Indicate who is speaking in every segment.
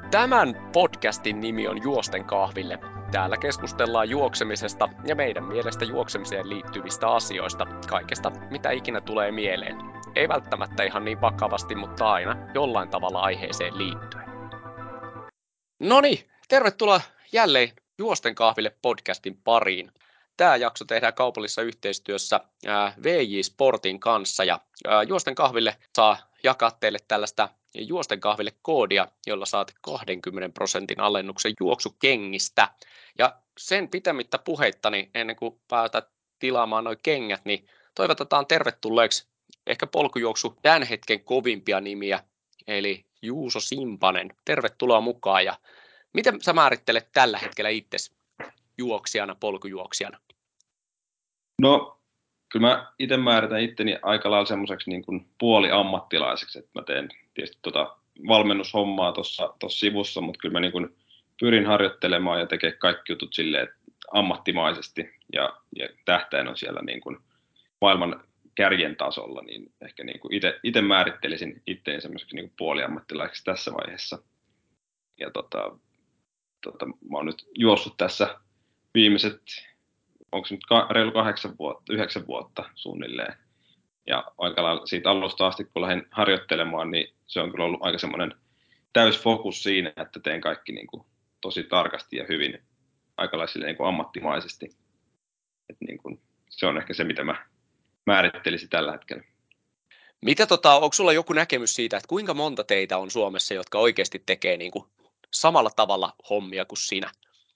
Speaker 1: Tämän podcastin nimi on Juosten kahville. Täällä keskustellaan juoksemisesta ja meidän mielestä juoksemiseen liittyvistä asioista, kaikesta mitä ikinä tulee mieleen. Ei välttämättä ihan niin vakavasti, mutta aina jollain tavalla aiheeseen liittyen. Noniin, tervetuloa jälleen Juosten kahville podcastin pariin. Tämä jakso tehdään kaupallisessa yhteistyössä VJ Sportin kanssa ja Juosten kahville saa jakaa teille tällaista Juosten kahville koodia, jolla saat 20% alennuksen juoksukengistä. Ja sen pitämättä puheittani ennen kuin päätät tilaamaan nuo kengät, niin toivotetaan tervetulleeksi ehkä polkujuoksu tämän hetken kovimpia nimiä, eli Juuso Simpanen. Tervetuloa mukaan ja miten sä määrittelet tällä hetkellä itsesi juoksijana, polkujuoksijana?
Speaker 2: No, kyllä mä itse määritän itteni aika lailla semmoiseksi niin kuin puoliammattilaiseksi, että mä teen tietysti valmennushommaa tuossa sivussa, mutta kyllä mä niin kuin pyrin harjoittelemaan ja tekemään kaikki jutut silleen ammattimaisesti ja tähtäin on siellä niin kuin maailman kärjen tasolla, niin ehkä niin kuin itse määrittelisin itseäni semmoiseksi niin kuin puoliammattilaiseksi tässä vaiheessa. Ja mä oon nyt juossut tässä viimeiset, onko se nyt reilu 9 vuotta suunnilleen. Ja aika lailla siitä alusta asti, kun lähdin harjoittelemaan, niin se on kyllä ollut aika semmoinen täysfokus siinä, että teen kaikki niin kuin tosi tarkasti ja hyvin, aika lailla niin kuin ammattimaisesti. Et niin kuin, se on ehkä se, mitä mä määrittelisin tällä hetkellä.
Speaker 1: Onko sulla joku näkemys siitä, että kuinka monta teitä on Suomessa, jotka oikeasti tekee niin kuin samalla tavalla hommia kuin sinä?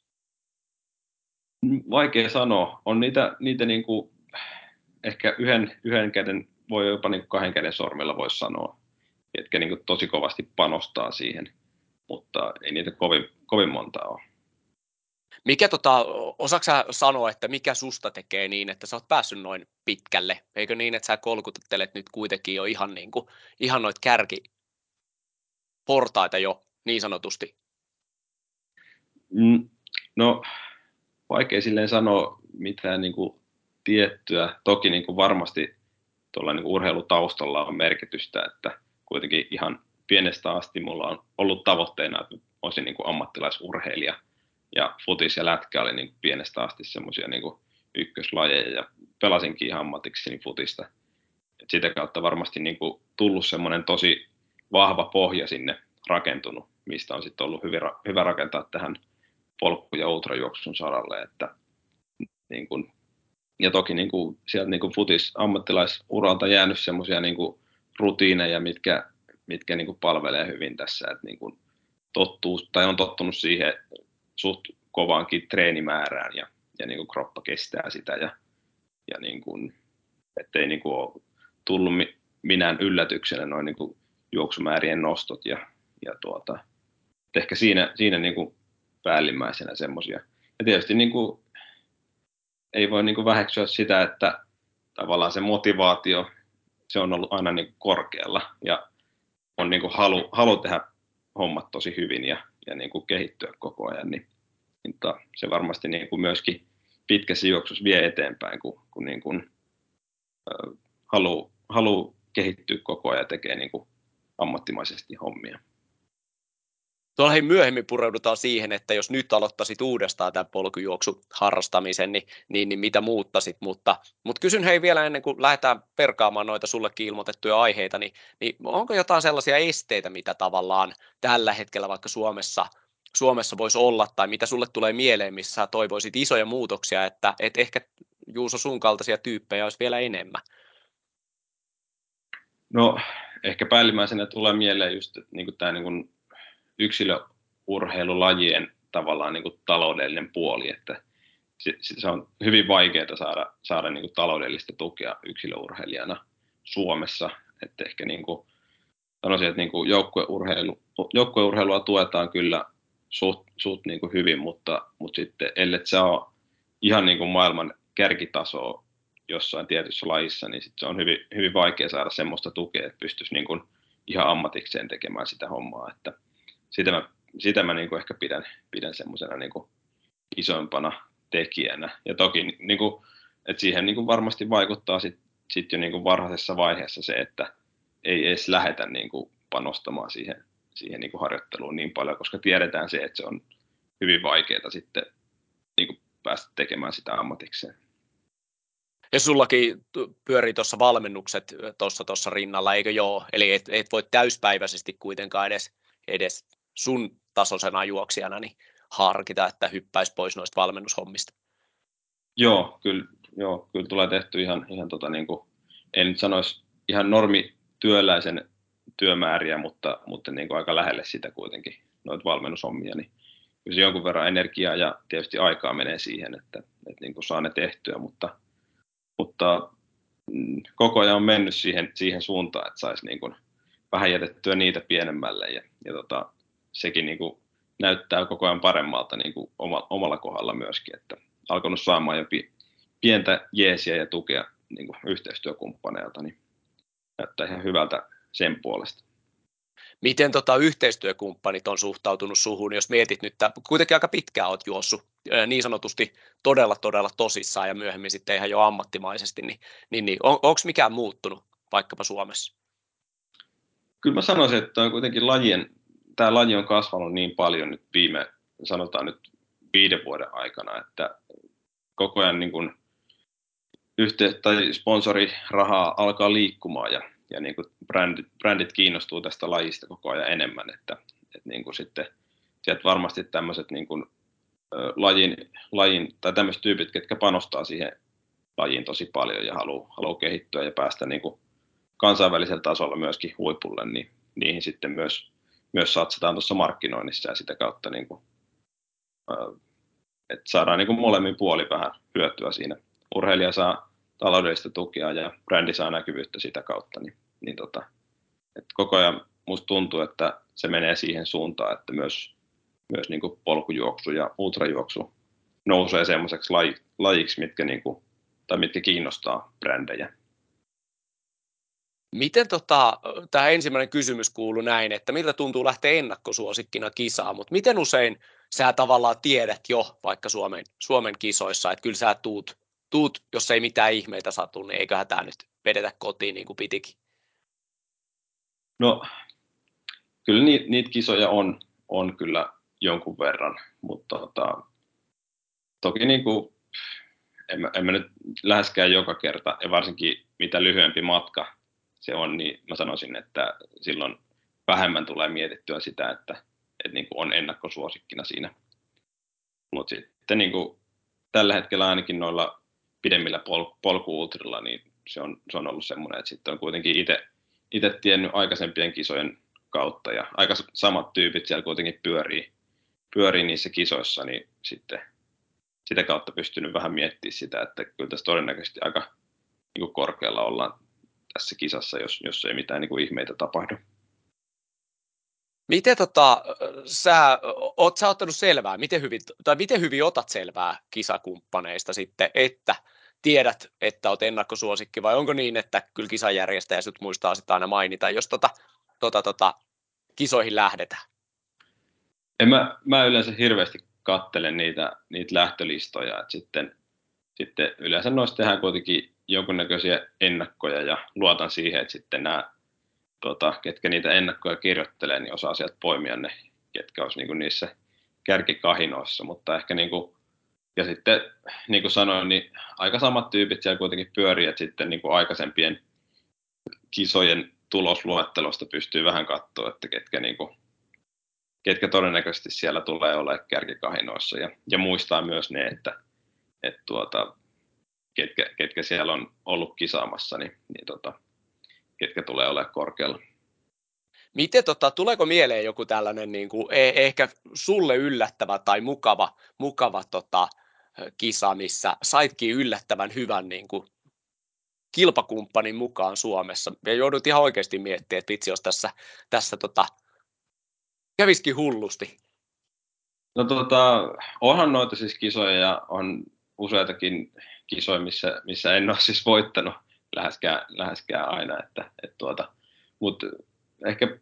Speaker 2: Vaikea sanoa. On niitä niin kuin, ehkä yhden käden, voi jopa niin kuin 2 käden sormilla voisi sanoa, ketkä niin kuin tosi kovasti panostaa siihen, mutta ei niitä kovin montaa ole.
Speaker 1: Osaatko sä sanoa, että mikä susta tekee niin, että sä oot päässyt noin pitkälle? Eikö niin, että sä kolkutettelet nyt kuitenkin jo ihan noit kärkiportaita jo niin sanotusti?
Speaker 2: No, vaikea silleen sanoa mitään niin kuin tiettyä. Toki niin kuin varmasti tuolla niin kuin urheilutaustalla on merkitystä, että kuitenkin ihan pienestä asti mulla on ollut tavoitteena, että olisin niin kuin ammattilaisurheilija. Ja futis ja lätkä oli niin kuin pienestä asti semmoisia niin kuin ykköslajeja ja pelasinkin ihan ammatikseni futista. Et sitä kautta varmasti niin kuin tullut semmoinen tosi vahva pohja sinne rakentunut, mistä on sitten ollut hyvä rakentaa tähän polku- ja ultrajuoksun saralle. Että, niin kuin, ja toki niin kuin, sieltä niin kuin futis ammattilaisuralta jäänyt semmoisia niin kuin rutiineja, mitkä niin kuin palvelee hyvin tässä, että niin kuin on tottunut siihen suht kovaankin treenimäärään ja niin kuin kroppa kestää sitä ja niin kuin, ettei niin kuin ole tullut minään yllätyksenä noin niin kuin juoksumäärien nostot ja ehkä siinä niin kuin päällimmäisenä semmoisia. Ja tietysti niin kuin, ei voi niin kuin väheksyä sitä, että tavallaan se motivaatio, se on ollut aina niin kuin korkealla ja on niin kuin halu tehdä hommat tosi hyvin ja niin kuin kehittyä koko ajan, niin se varmasti niin kuin myöskin pitkässä juoksussa vie eteenpäin, kun niin kuin, haluaa kehittyä koko ajan ja tekee niin kuin ammattimaisesti hommia.
Speaker 1: Tuolla myöhemmin pureudutaan siihen, että jos nyt aloittaisit uudestaan tämän polkujuoksuharrastamisen, niin mitä muuttaisit, mutta kysyn vielä ennen kuin lähdetään perkaamaan noita sullekin ilmoitettuja aiheita, niin onko jotain sellaisia esteitä, mitä tavallaan tällä hetkellä vaikka Suomessa voisi olla, tai mitä sulle tulee mieleen, missä sä toivoisit isoja muutoksia, että ehkä Juuso sun kaltaisia tyyppejä olisi vielä enemmän?
Speaker 2: No, ehkä päällimmäisenä tulee mieleen just niin kuin tämä niin kuin yksilöurheilulajien tavallaan niin kuin taloudellinen puoli, että se on hyvin vaikeaa saada niin kuin taloudellista tukea yksilöurheilijana Suomessa, että ehkä niin kuin sanoisin, että niin kuin joukkueurheilua tuetaan kyllä suht niin kuin hyvin, mutta sitten ellei se ole ihan niin kuin maailman kärkitasoa jossain tietyssä lajissa, niin sit se on hyvin, hyvin vaikea saada semmoista tukea, että pystyisi niin kuin ihan ammatikseen tekemään sitä hommaa, että sitä mä niin kuin ehkä pidän semmoisena niin kuin isompana tekijänä. Ja toki niin kuin, että siihen niin kuin varmasti vaikuttaa sit jo niin kuin varhaisessa vaiheessa se, että ei edes lähdetä niin kuin panostamaan siihen siihen niin kuin harjoitteluun niin paljon, koska tiedetään se, että se on hyvin vaikeaa sitten niin kuin päästä tekemään sitä ammatikseen.
Speaker 1: Ja sullakin pyörii tuossa valmennukset tuossa rinnalla, eikö joo? Eli et voi täyspäiväisesti kuitenkaan edes sun tasoisena juoksijana niin harkita, että hyppäisi pois noista valmennushommista.
Speaker 2: Kyllä tulee tehty ihan niin kuin, en nyt sanoisi ihan normityöläisen työmääriä, mutta niin kuin aika lähelle sitä kuitenkin, noita valmennushommia, niin kyllä jonkun verran energiaa ja tietysti aikaa menee siihen, että niin kuin saa ne tehtyä, mutta koko ajan on mennyt siihen suuntaan, että saisi niin kuin vähän jätettyä niitä pienemmälle ja sekin niin kuin näyttää koko ajan paremmalta niin kuin omalla kohdalla myöskin, että alkanut saamaan jo pientä jeesiä ja tukea niin kuin yhteistyökumppaneilta, niin näyttää ihan hyvältä sen puolesta.
Speaker 1: Miten yhteistyökumppanit on suhtautunut suhun, jos mietit nyt, että kuitenkin aika pitkään olet juossut niin sanotusti todella tosissaan ja myöhemmin sitten ihan jo ammattimaisesti, niin onko mikään muuttunut vaikkapa Suomessa?
Speaker 2: Kyllä mä sanoisin, että on kuitenkin tämä laji on kasvanut niin paljon nyt sanotaan nyt 5 vuoden aikana, että koko ajan niin kuin tai sponsorirahaa alkaa liikkumaan ja niin kuin brändit kiinnostuu tästä lajista koko ajan enemmän, että niin kuin sitten sieltä varmasti tämmöiset niin kuin lajin tai tämmöiset tyypit, ketkä panostaa siihen lajiin tosi paljon ja haluaa kehittyä ja päästä niin kuin kansainvälisellä tasolla myöskin huipulle, niin niihin sitten myös satsataan tuossa markkinoinnissa ja sitä kautta, niin kuin, että saadaan niin kuin molemmin puolin vähän hyötyä siinä. Urheilija saa taloudellista tukea ja brändi saa näkyvyyttä sitä kautta, että koko ajan musta tuntuu, että se menee siihen suuntaan, että myös niin kuin polkujuoksu ja ultrajuoksu nousee semmoiseksi lajiksi, mitkä kiinnostaa brändejä.
Speaker 1: Miten tämä ensimmäinen kysymys kuuluu näin, että miltä tuntuu lähteä ennakkosuosikkina kisaan, mutta miten usein sä tavallaan tiedät jo vaikka Suomen kisoissa, että kyllä sä tuut, jos ei mitään ihmeitä satu, niin eiköhän tämä nyt vedetä kotiin niin kuin pitikin.
Speaker 2: No, kyllä niitä kisoja on kyllä jonkun verran, mutta toki niin kuin, en mä nyt läheskään joka kerta, ja varsinkin mitä lyhyempi matka se on, niin mä sanoisin, että silloin vähemmän tulee mietittyä sitä, että niin kuin on ennakkosuosikkina siinä. Mutta sitten niin kuin tällä hetkellä ainakin noilla pidemmillä polku-ultrilla, niin se on ollut semmoinen, että sitten on kuitenkin itse tiennyt aikaisempien kisojen kautta, ja aika samat tyypit siellä kuitenkin pyörii niissä kisoissa, niin sitten sitä kautta pystynyt vähän miettimään sitä, että kyllä tässä todennäköisesti aika niin kuin korkealla ollaan tässä kisassa, jos ei mitään niin kuin ihmeitä tapahdu.
Speaker 1: Miten oot sä ottanut selvää, miten hyvin otat selvää kisakumppaneista sitten, että tiedät, että oot ennakkosuosikki, vai onko niin, että kyllä kisajärjestäjä sut muistaa sitä aina mainita, jos kisoihin lähdetään?
Speaker 2: Mä yleensä hirveästi kattelen niitä lähtölistoja, että sitten yleensä noista tehdään kuitenkin jonkunnäköisiä ennakkoja ja luotan siihen, että sitten nämä, ketkä niitä ennakkoja kirjoittelee, niin osaa sieltä poimia ne, ketkä olisi niin kuin niissä kärkikahinoissa, mutta ehkä niin kuin, ja sitten niin kuin sanoin, niin aika samat tyypit siellä kuitenkin pyörii, että sitten niin kuin aikaisempien kisojen tulosluettelosta pystyy vähän katsoa, että ketkä todennäköisesti siellä tulee olemaan kärkikahinoissa ja muistaa myös ne, että ketkä siellä on ollut kisaamassa, niin ketkä tulee olemaan korkealla.
Speaker 1: Miten tuleeko mieleen joku tällainen niin kuin, ehkä sulle yllättävä tai mukava kisa, missä saitkin yllättävän hyvän niin kuin, kilpakumppanin mukaan Suomessa, ja joudut ihan oikeasti miettimään, että vitsi, jos tässä käviskin hullusti.
Speaker 2: No onhan noita siis kisoja ja on useitakin kisoja, missä en ole siis voittanut läheskään aina, mutta ehkä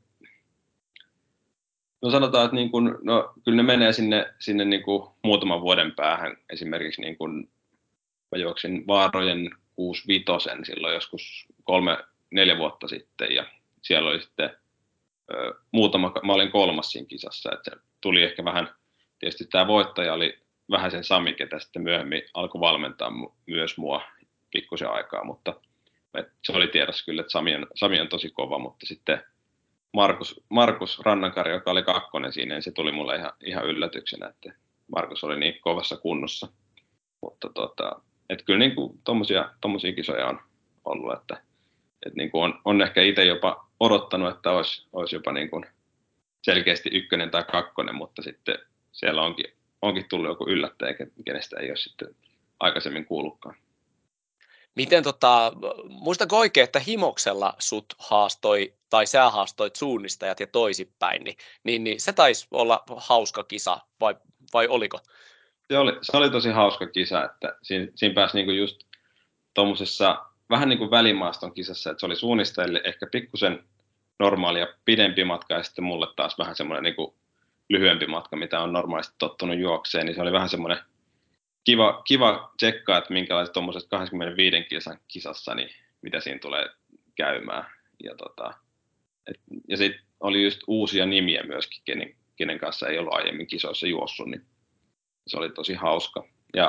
Speaker 2: no sanotaan, että niin kun, no, kyllä ne menee sinne niin kuin muutaman vuoden päähän. Esimerkiksi niin kun mä juoksin Vaarojen 65 silloin joskus 3-4 vuotta sitten ja siellä oli sitten mä olin kolmas siinä kisassa, että se tuli ehkä vähän, tietysti tämä voittaja oli vähän sen Sami, ketä sitten myöhemmin alkoi valmentaa myös mua pikkusen aikaa, mutta se oli tiedossa kyllä, että Sami on tosi kova, mutta sitten Markus Rannankari, joka oli kakkonen siinä, niin se tuli mulle ihan yllätyksenä, että Markus oli niin kovassa kunnossa. Mutta että kyllä niin kuin tommosia kisoja on ollut, että niin kuin on ehkä itse jopa odottanut, että olisi jopa niin kuin selkeästi ykkönen tai kakkonen, mutta sitten siellä onkin tullut joku yllättäjä, kenestä ei ole sitten aikaisemmin kuullutkaan.
Speaker 1: Miten muistatko oikein, että Himoksella sut haastoi, tai sä haastoit suunnistajat ja toisinpäin, niin se taisi olla hauska kisa, vai oliko?
Speaker 2: Se oli tosi hauska kisa, että siinä pääsi niinku just tuommoisessa vähän niin kuin välimaaston kisassa, että se oli suunnistajille ehkä pikkusen normaalia pidempi matka, ja sitten mulle taas vähän semmoinen niin kuin lyhyempi matka, mitä on normaalisti tottunut juokseen, niin se oli vähän semmoinen kiva tsekkaa, että minkälaiset tuommoisesta 25 kilsan kisassa, niin mitä siinä tulee käymään. Ja sitten oli just uusia nimiä myöskin, kenen kanssa ei ollut aiemmin kisoissa juossut, niin se oli tosi hauska.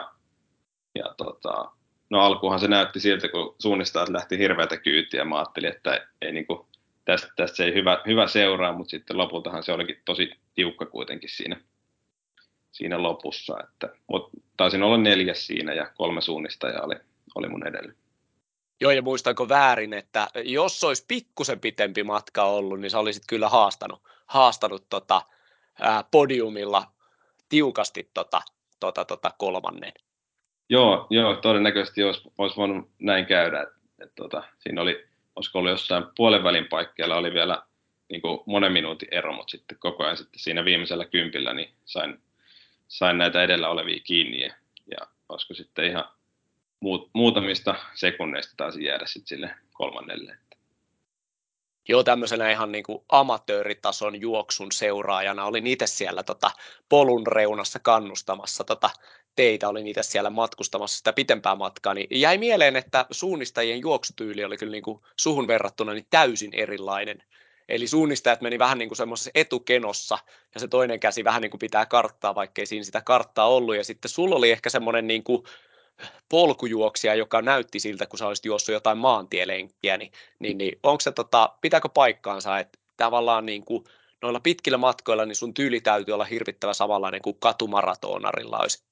Speaker 2: No alkuunhan se näytti siltä, kun suunnistajat lähti hirveätä kyytiä. Mä ajattelin, että ei niinku, tästä ei hyvä seuraa, mutta sitten lopultahan se olikin tosi tiukka kuitenkin siinä lopussa. Mutta taisin olla 4 siinä ja 3 suunnistajaa oli mun edellä.
Speaker 1: Joo, ja muistanko väärin, että jos olisi pikkusen pitempi matka ollut, niin sä olisit kyllä haastanut podiumilla tiukasti kolmannen.
Speaker 2: Joo, todennäköisesti olisi voinut näin käydä. Siinä oli, olisiko ollut jossain puolen välin paikkeilla oli vielä niin kuin monen minuutin ero, mutta sitten koko ajan sitten siinä viimeisellä kympillä niin sain näitä edellä olevia kiinni ja olisiko sitten ihan muutamista sekunneista taisi jäädä sitten sille kolmannelle.
Speaker 1: Joo, tämmöisenä ihan niin kuin amatööritason juoksun seuraajana olin itse siellä polun reunassa kannustamassa teitä, olin itse siellä matkustamassa sitä pitempää matkaa, niin jäi mieleen, että suunnistajien juoksutyyli oli kyllä niin kuin suhun verrattuna niin täysin erilainen. Eli suunnistajat meni vähän niin kuin semmoisessa etukenossa, ja se toinen käsi vähän niin kuin pitää karttaa, vaikkei siinä sitä karttaa ollut, ja sitten sulla oli ehkä semmoinen niin kuin polkujuoksija, joka näytti siltä, kun sä olisit juossut jotain maantielenkkiä, niin onko se, pitääkö paikkaansa, että tavallaan niin kuin noilla pitkillä matkoilla, niin sun tyyli täytyy olla hirvittävä samanlainen kuin katumaratonarilla olisi?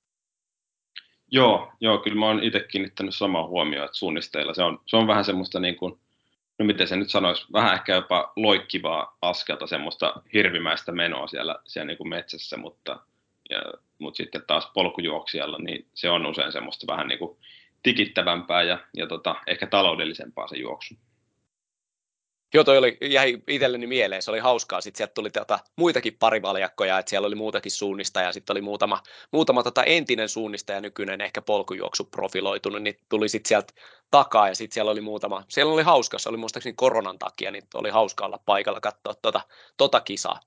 Speaker 2: Joo, kyllä mä oon itse kiinnittänyt samaa huomioon, että suunnistajilla se on vähän semmoista niin kuin, no miten se nyt sanoisi, vähän ehkä jopa loikkivaa askelta, semmoista hirvimäistä menoa siellä niin kuin metsässä, mutta sitten taas polkujuoksijalla, niin se on usein semmoista vähän niin kuin tikittävämpää ja ehkä taloudellisempaa se juoksu.
Speaker 1: Joo, jäi itselleni mieleen, se oli hauskaa, sitten sieltä tuli muitakin parivaljakkoja, että siellä oli muutakin suunnistajaa, sitten oli muutama entinen suunnistaja, nykyinen ehkä polkujuoksu profiloitunut, niin tuli sitten sieltä takaa, ja sitten siellä oli hauskaa, se oli muistaakseni koronan takia, niin oli hauska olla paikalla katsoa kisaa.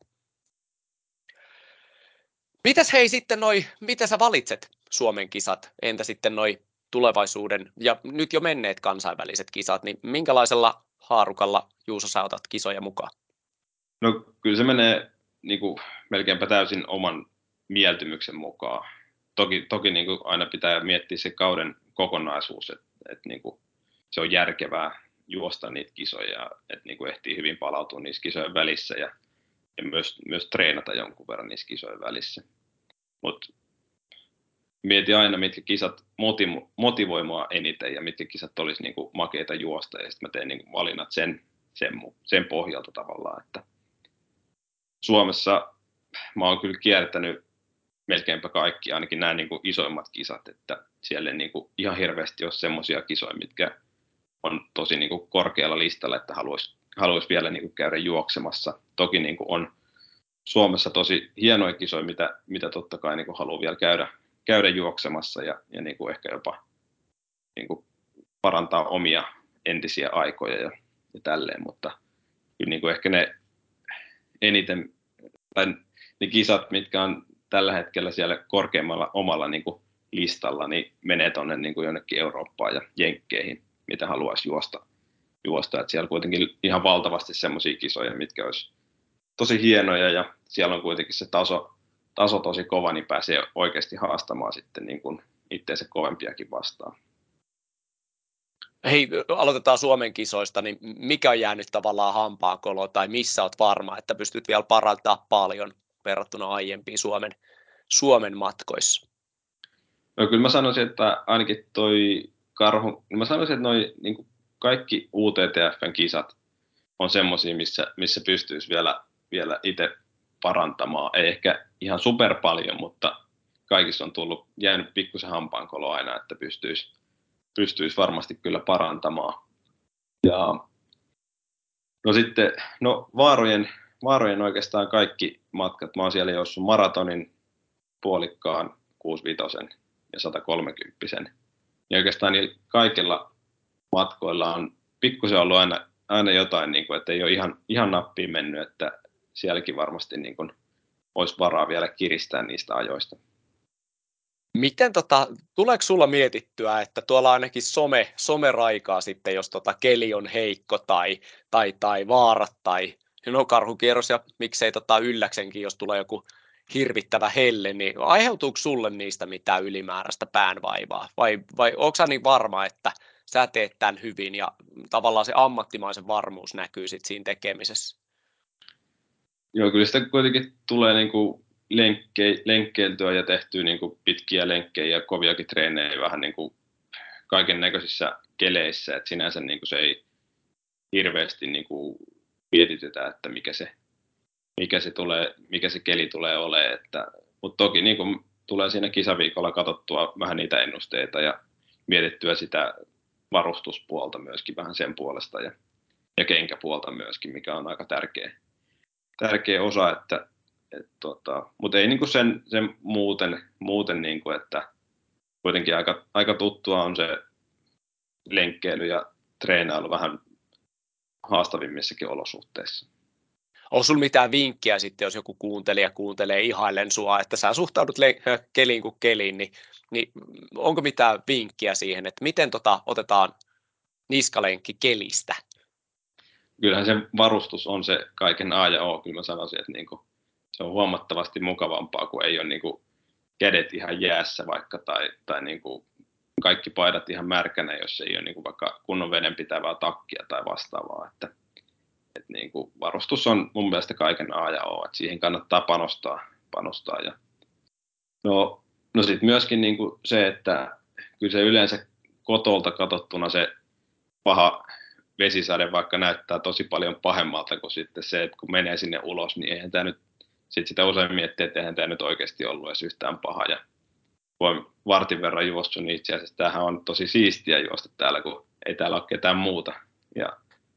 Speaker 1: Mitäs hei sitten miten sä valitset Suomen kisat? Entä sitten tulevaisuuden ja nyt jo menneet kansainväliset kisat, niin minkälaisella haarukalla Juuso sä otat kisoja mukaan?
Speaker 2: No kyllä se menee niin kuin, melkeinpä täysin oman mieltymyksen mukaan. Toki niin kuin aina pitää miettiä se kauden kokonaisuus, että niin kuin, se on järkevää juosta niitä kisoja, että niin kuin ehtii hyvin palautua niissä kisojen välissä ja myös treenata jonkun verran niissä kisojen välissä. Mutta mietin aina, mitkä kisat motivoi mua eniten ja mitkä kisat olisi niin kuin makeita juosta ja sitten mä teen niin kuin valinnat sen pohjalta tavallaan, että Suomessa mä oon kyllä kiertänyt melkeinpä kaikki, ainakin nämä niin kuin isoimmat kisat, että siellä niin kuin ihan hirveästi ole semmoisia kisoja, mitkä on tosi niin kuin korkealla listalla, että haluaisi vielä niin kuin käydä juoksemassa. Toki niin kuin on Suomessa tosi hienoja kisoja, mitä totta kai niin kuin haluaa vielä käydä juoksemassa ja niin kuin ehkä jopa niin kuin parantaa omia entisiä aikoja ja tälleen, mutta kyllä niin kuin ehkä ne eniten, tai ne kisat, mitkä on tällä hetkellä siellä korkeammalla omalla niin kuin listalla, niin menee tuonne niin kuin jonnekin Eurooppaan ja Jenkkeihin, mitä haluaisi juosta. Että siellä kuitenkin ihan valtavasti semmoisia kisoja, mitkä olisi tosi hienoja ja siellä on kuitenkin se taso tosi kova, niin pääsee oikeasti haastamaan sitten niin kuin itseensä kovempiakin vastaan.
Speaker 1: Hei, aloitetaan Suomen kisoista, niin mikä on jäänyt tavallaan hampaankoloon tai missä olet varma, että pystyt vielä parantamaan paljon verrattuna aiempiin Suomen matkoissa?
Speaker 2: No kyllä mä sanoisin, että ainakin toi mä sanoisin, että noi niin kuin kaikki UTTFn kisat on semmoisia, missä pystyisi vielä itse parantamaan. Ei ehkä ihan super paljon, mutta kaikissa on jäänyt pikkusen hampaankolo aina, että pystyisi varmasti kyllä parantamaan. Ja no sitten, vaarojen oikeastaan kaikki matkat. Mä oon siellä juossut maratonin, puolikkaan, 65 ja 130. Ja oikeastaan niillä kaikilla matkoilla on pikkusen ollut aina jotain, niin kuin, että ei ole ihan nappiin mennyt, että sielläkin varmasti niin kuin, olisi varaa vielä kiristää niistä ajoista.
Speaker 1: Miten tuleeko sulla mietittyä, että tuolla ainakin some raikaa sitten, jos keli on heikko tai vaarat tai no karhukierros ja miksei ylläksenkin, jos tulee joku hirvittävä helle, niin aiheutuuko sulle niistä mitään ylimääräistä päänvaivaa? Vai onko sä niin varma, että sä teet tämän hyvin ja tavallaan se ammattimaisen varmuus näkyy sit siinä tekemisessä?
Speaker 2: Joo, kyllä sitä kuitenkin tulee niin kuin lenkkeiltyä ja tehtyä niin kuin pitkiä lenkkejä ja koviakin treenejä vähän niin kuin kaiken näköisissä keleissä, että sinänsä niin kuin se ei hirveästi niin kuin mietitytä, että mikä se keli tulee olemaan, mutta toki niin kuin tulee siinä kisaviikolla katsottua vähän niitä ennusteita ja mietittyä sitä varustuspuolta myöskin vähän sen puolesta ja kenkäpuolta myöskin, mikä on aika tärkeä osa, mutta ei niin kuin sen muuten niin kuin, että kuitenkin aika tuttua on se lenkkeily ja treenailu vähän haastavimmissakin olosuhteissa.
Speaker 1: Onko sulla mitään vinkkiä sitten, jos joku kuuntelija kuuntelee ihaillen sua, että sä suhtaudut keliin kuin keliin, niin onko mitään vinkkiä siihen, että miten otetaan niskalenkki kelistä?
Speaker 2: Kyllähän se varustus on se kaiken A ja O. Kyllä mä sanoisin, että niinku, se on huomattavasti mukavampaa, kun ei ole niinku kädet ihan jäässä vaikka tai niinku kaikki paidat ihan märkänä, jos ei ole niinku vaikka kunnon vedenpitävää takkia tai vastaavaa. Että niinku, varustus on mun mielestä kaiken A ja O, että siihen kannattaa panostaa. Ja no sitten myöskin niinku se, että kyllä se yleensä kotolta katsottuna se paha vesisade vaikka näyttää tosi paljon pahemmalta kuin sitten se, että kun menee sinne ulos, niin eihän tämä nyt, sit sitä usein miettii, että eihän tämä nyt oikeasti ollut edes yhtään paha. Ja voin vartin verran juossut, niin itse asiassa tämähän on tosi siistiä juosta täällä, kun ei täällä ole ketään muuta. Ja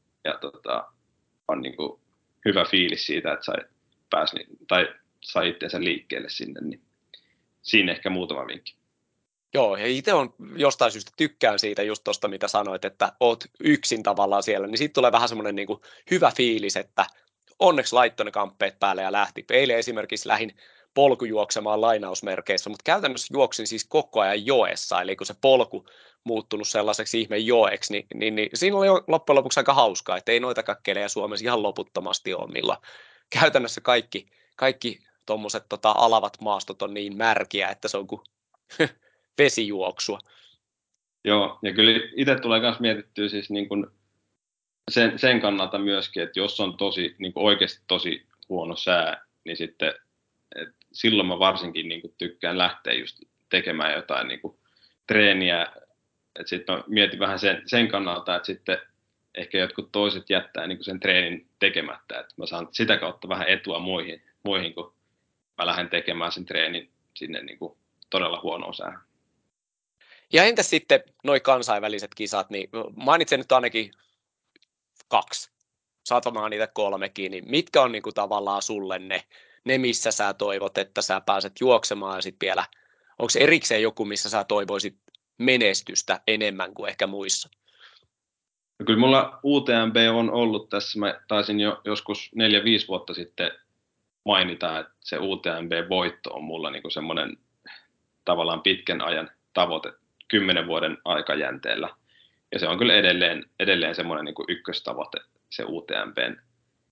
Speaker 2: on niin kuin hyvä fiilis siitä, että sai itseensä liikkeelle sinne, niin siinä ehkä muutama vinkki.
Speaker 1: Joo, ja itse on jostain syystä tykkään siitä just tuosta, mitä sanoit, että oot yksin tavallaan siellä, niin siitä tulee vähän semmoinen niin kuin hyvä fiilis, että onneksi laittoi ne kamppeet päälle ja lähti. Eilen esimerkiksi lähdin polkujuoksemaan lainausmerkeissä, mutta käytännössä juoksin siis koko ajan joessa, eli kun se polku muuttunut sellaiseksi ihme joeksi, niin siinä oli loppujen lopuksi aika hauskaa, että ei noitakaan kelejä Suomessa ihan loputtomasti ole, millä käytännössä kaikki tuommoiset alavat maastot on niin märkiä, että se on kuin vesijuoksua.
Speaker 2: Joo, ja kyllä itse tulee myös mietittyä siis niin kuin sen kannalta myöskin, että jos on niin kuin oikeasti tosi huono sää, niin sitten silloin mä varsinkin niin kuin tykkään lähteä just tekemään jotain niin kuin treeniä. Sitten mietin vähän sen kannalta, että sitten ehkä jotkut toiset jättää niin kuin sen treenin tekemättä, että mä saan sitä kautta vähän etua muihin kun mä lähden tekemään sen treenin sinne niin kuin todella huonoon säähän.
Speaker 1: Ja entäs sitten noi kansainväliset kisat, niin mainitsen nyt ainakin 2. Saat varmaan niitä 3kin, niin mitkä on niinku tavallaan sulle ne, missä sä toivot, että sä pääset juoksemaan ja sitten vielä, onko erikseen joku, missä sä toivoisit menestystä enemmän kuin ehkä muissa?
Speaker 2: No kyllä mulla UTMB on ollut tässä, mä taisin jo joskus 4-5 vuotta sitten mainita, että se UTMB-voitto on mulla niinku semmoinen tavallaan pitkän ajan tavoite 10 vuoden aikajänteellä. Ja se on kyllä edelleen semmoinen niin kuin ykköstavoite, se UTMBn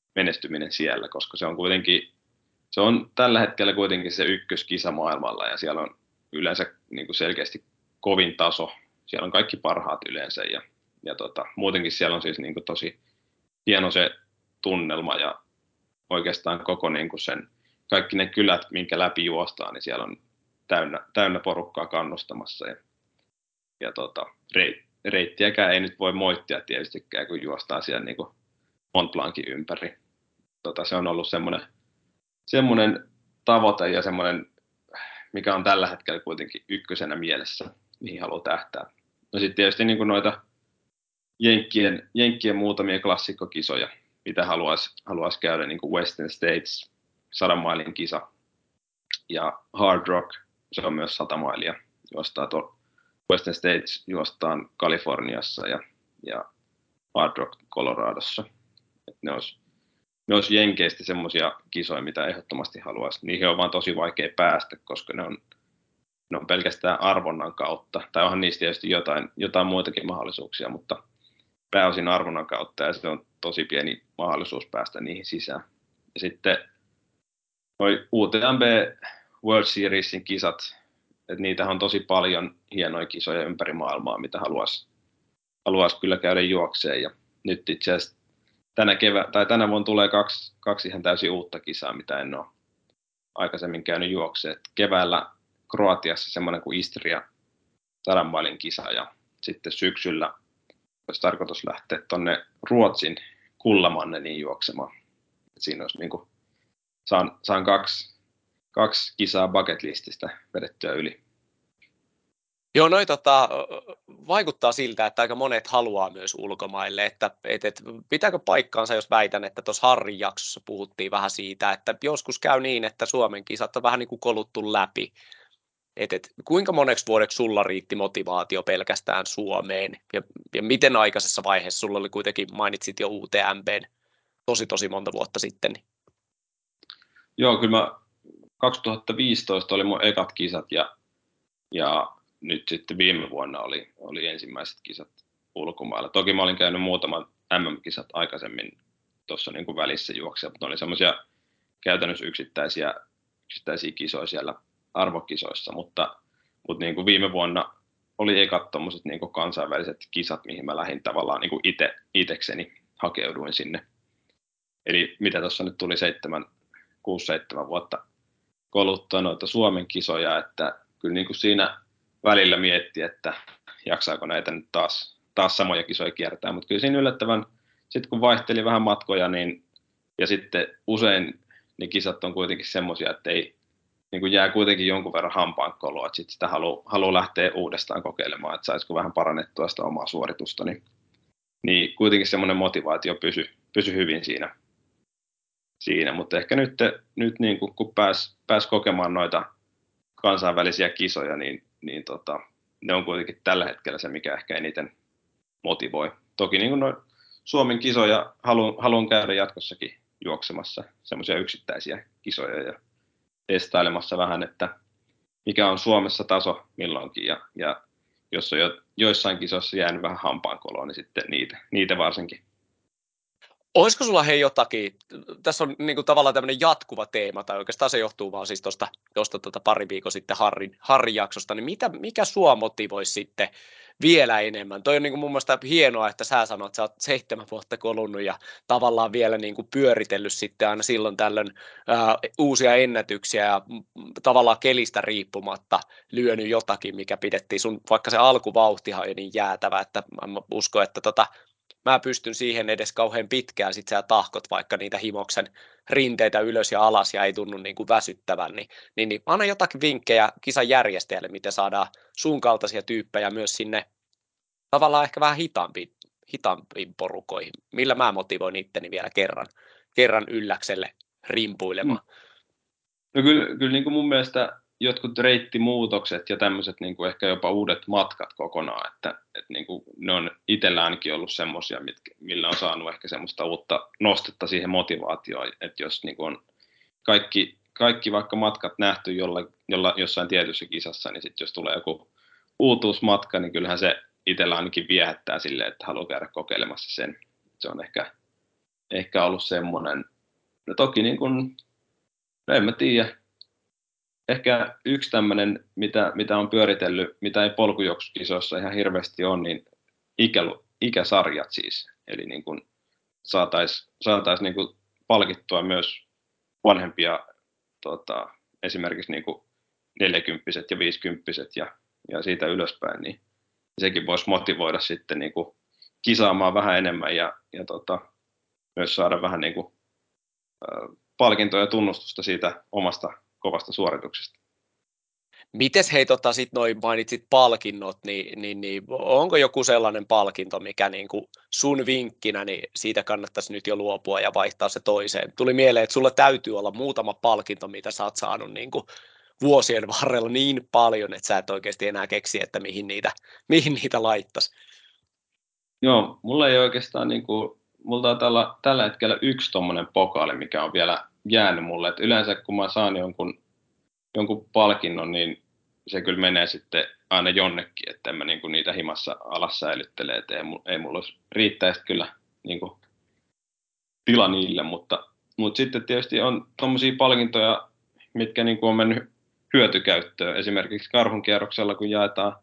Speaker 2: menestyminen siellä, koska se on kuitenkin, se on tällä hetkellä kuitenkin se ykköskisa maailmalla ja siellä on yleensä niin kuin selkeästi kovin taso. Siellä on kaikki parhaat yleensä ja muutenkin siellä on siis niin kuin tosi hieno se tunnelma ja oikeastaan koko niin kuin sen, kaikki ne kylät, minkä läpi juostaan, niin siellä on täynnä porukkaa kannustamassa ja reittiäkään ei nyt voi moittia tietystikään, kun juostaan siellä niin kuin Mont Blancin ympäri. Se on ollut semmoinen tavoite ja semmoinen, mikä on tällä hetkellä kuitenkin ykkösenä mielessä, mihin haluaa tähtää. No sitten tietysti niin kuin noita Jenkkien muutamia klassikkokisoja, mitä haluaisi käydä, niin kuin Western States, 100 mailin kisa, ja Hard Rock, se on myös 100 mailia, juostaa Western States juostaan Kaliforniassa ja Hard Rock Coloradossa. Ne olisi Jenkeistä semmoisia kisoja, mitä ehdottomasti haluaisi. Niihin on vaan tosi vaikea päästä, koska ne on pelkästään arvonnan kautta. Tai onhan niistä tietysti jotain muitakin mahdollisuuksia, mutta pääosin arvonnan kautta, ja se on tosi pieni mahdollisuus päästä niihin sisään. Ja sitten noi UTMB World Seriesin kisat, että niitä on tosi paljon hienoja kisoja ympäri maailmaa, mitä haluaisi kyllä käydä juokseen. Ja nyt itse asiassa tänä vuonna tulee kaksi ihan täysin uutta kisaa, mitä en ole aikaisemmin käynyt juokseen. Keväällä Kroatiassa semmoinen kuin Istria 100 mailin kisa, ja sitten syksyllä olisi tarkoitus lähteä tuonne Ruotsin Kullamanneniin juoksemaan. Et siinä olisi niin kuin, saan kaksi kisaa bucket lististä vedettyä yli.
Speaker 1: Joo, vaikuttaa siltä, että aika monet haluaa myös ulkomaille, että pitääkö paikkaansa, jos väitän, että tuossa Harrin jaksossa puhuttiin vähän siitä, että joskus käy niin, että Suomen kisat on vähän niin kuin koluttu läpi. Kuinka moneksi vuodeksi sulla riitti motivaatio pelkästään Suomeen ja miten aikaisessa vaiheessa sulla oli kuitenkin, mainitsit jo UTMBn tosi monta vuotta sitten?
Speaker 2: Joo, kyllä mä 2015 oli mun ekat kisat ja nyt sitten viime vuonna oli ensimmäiset kisat ulkomailla. Toki mä olin käynyt muutaman MM-kisat aikaisemmin tuossa niin kuin välissä juoksia, mutta ne oli semmoisia käytännössä yksittäisiä kisoja siellä arvokisoissa, mutta niin kuin viime vuonna oli ekat tommoset niin kuin kansainväliset kisat, mihin mä lähdin tavallaan niin kuin itekseni hakeuduin sinne. Eli mitä tuossa nyt tuli 6-7 vuotta koluttua noita Suomen kisoja, että kyllä niin kuin siinä välillä mietti, että jaksaako näitä nyt taas samoja kisoja kiertää, mutta kyllä siinä yllättävän, sitten kun vaihteli vähän matkoja, niin, ja sitten usein ne kisat on kuitenkin semmoisia, että ei, niin kuin jää kuitenkin jonkun verran hampaankoloa, että sitten sitä haluaa lähteä uudestaan kokeilemaan, että saisiko vähän parannettua sitä omaa suoritusta, niin kuitenkin semmoinen motivaatio pysy hyvin siinä, mutta ehkä nyt niin kun pääs kokemaan noita kansainvälisiä kisoja, niin ne on kuitenkin tällä hetkellä se, mikä ehkä eniten motivoi. Toki niin kuin Suomen kisoja haluan käydä jatkossakin juoksemassa semmoisia yksittäisiä kisoja ja testailemassa vähän, että mikä on Suomessa taso milloinkin ja jos on joissain kisoissa jäänyt vähän hampaankoloon, niin sitten niitä varsinkin.
Speaker 1: Olisiko sulla jotakin, tässä on niin kuin tavallaan tämmöinen jatkuva teema, tai oikeastaan se johtuu vaan siis tuosta pari viikon sitten Harrin jaksosta, niin mikä sua motivoisi sitten vielä enemmän? Toi on niin kuin mun mielestä hienoa, että sä sanoit, että sä oot 7 vuotta kolunnut ja tavallaan vielä niin kuin pyöritellyt sitten aina silloin tällöin uusia ennätyksiä ja tavallaan kelistä riippumatta lyönyt jotakin, mikä pidettiin sun, vaikka se alkuvauhtihan on niin jäätävä, että mä uskon, että mä pystyn siihen edes kauhean pitkään, sit sä tahkot vaikka niitä himoksen rinteitä ylös ja alas ja ei tunnu niin kuin väsyttävän, niin anna jotakin vinkkejä kisan järjestäjälle, miten saadaan sun kaltaisia tyyppejä myös sinne tavallaan ehkä vähän hitaampiin porukoihin. Millä mä motivoin itteni vielä kerran ylläkselle rimpuilemaan.
Speaker 2: No kyllä niin kuin mun mielestä jotkut reittimuutokset ja tämmöiset niin kuin ehkä jopa uudet matkat kokonaan, että niin kuin ne on itsellä ainakin ollut semmoisia, millä on saanut ehkä semmoista uutta nostetta siihen motivaatioon, että jos niin kuin on kaikki vaikka matkat nähty jossain tietyssä kisassa, niin sitten jos tulee joku uutuusmatka, niin kyllähän se itsellä ainakin viehättää silleen, että haluaa käydä kokeilemassa sen. Se on ehkä ollut semmoinen. No toki niin kuin, no en mä tiedä, ehkä yksi tämmöinen, mitä on pyöritellyt, mitä ei polkujuoksukisoissa ihan hirveästi on, niin ikäsarjat siis. Eli niin kuin saatais niin kuin palkittua myös vanhempia esimerkiksi niin kuin 40 ja 50 ja siitä ylöspäin, niin sekin voisi motivoida sitten niin kuin kisaamaan vähän enemmän ja myös saada vähän niin kuin, palkintoja ja tunnustusta siitä omasta kovasta suorituksesta.
Speaker 1: Mites hei sit noin mainitsit palkinnot, niin onko joku sellainen palkinto, mikä niinku sun vinkkinä, niin siitä kannattaisi nyt jo luopua ja vaihtaa se toiseen? Tuli mieleen, että sulla täytyy olla muutama palkinto, mitä sä oot saanut niinku vuosien varrella niin paljon, että sä et oikeasti enää keksi, että mihin niitä laittaisi.
Speaker 2: Joo, mulla ei oikeastaan niin kuin, multa on tällä hetkellä yksi tommonen pokaali, mikä on vielä jäänyt mulle. Et yleensä kun mä saan jonkun palkinnon, niin se kyllä menee sitten aina jonnekin, että en mä niin kuin niitä himassa alas säilyttele, että ei mulla riittäisi kyllä niin kuin tila niille, mutta sitten tietysti on tommosia palkintoja, mitkä niin kuin on mennyt hyötykäyttöön. Esimerkiksi karhunkierroksella, kun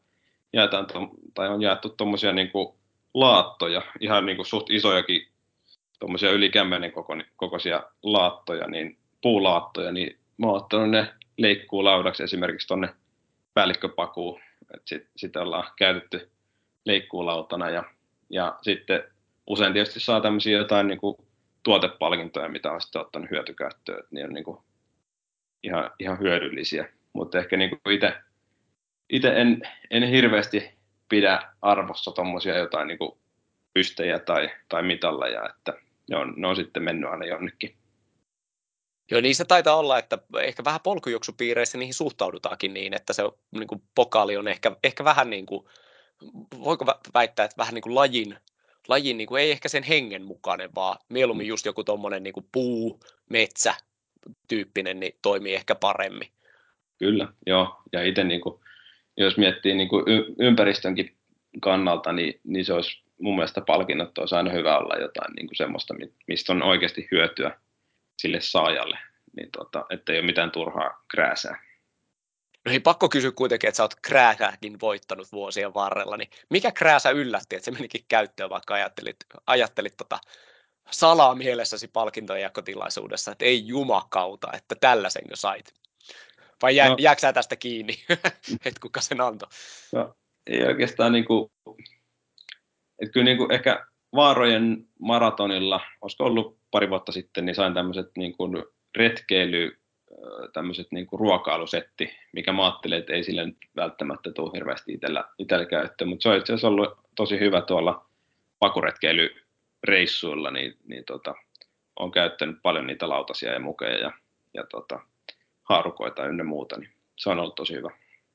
Speaker 2: tai on jaettu tommosia niin kuin laattoja, ihan niin kuin suht isojakin tuommoisia yli 10 kokoisia laattoja, niin puulaattoja, niin mä oon ottanut ne leikkuulaudaksi esimerkiksi tuonne päällikköpakuun, että sitä ollaan käytetty leikkuulautana ja sitten usein tietysti saa tämmöisiä jotain niin kuin tuotepalkintoja, mitä on sitten ottanut hyötykäyttöön, että ne on niin kuin ihan hyödyllisiä, mutta ehkä niin kuin itse en hirveästi pidä arvossa tuommoisia jotain niin kuin pystejä tai mitalleja, että ne on sitten mennyt aina jonnekin.
Speaker 1: Joo, niin se taitaa olla, että ehkä vähän polkujuoksupiireissä niihin suhtaudutaankin niin, että se niin kuin pokaali on ehkä vähän niin kuin, voiko väittää, että vähän niin kuin lajin niin kuin, ei ehkä sen hengen mukainen, vaan mieluummin just joku tommonen niin kuin puu, metsä tyyppinen, niin toimii ehkä paremmin.
Speaker 2: Kyllä, joo. Ja itse niin kuin, jos miettii niin kuin ympäristönkin kannalta, niin se olisi mun mielestä palkinnot olisi aina hyvä olla jotain niin kuin semmoista, mistä on oikeasti hyötyä sille saajalle, niin ettei ole mitään turhaa krääsää.
Speaker 1: No hei, pakko kysyä kuitenkin, että sä oot krääsäkin voittanut vuosien varrella, niin mikä krääsä yllätti, että se menikin käyttöön, vaikka ajattelit salaa mielessäsi palkintojen jakotilaisuudessa, että ei jumakauta, että tällaisenkö sait? Vai
Speaker 2: No,
Speaker 1: jääkö sä tästä kiinni, että kuka sen antoi?
Speaker 2: no ei oikeastaan niin kuin, että kyllä niin kuin ehkä Vaarojen maratonilla, olisiko ollut pari vuotta sitten, niin sain tämmöiset niin kuin tämmöiset niin kuin ruokailusetti, mikä mä ajattelin, että ei sille nyt välttämättä tule hirveästi itsellä käyttöön, mutta se on itse asiassa ollut tosi hyvä tuolla pakuretkeilyreissuilla, niin olen käyttänyt paljon niitä lautasia ja mukeja ja haarukoita ynnä muuta, niin se on ollut tosi hyvä.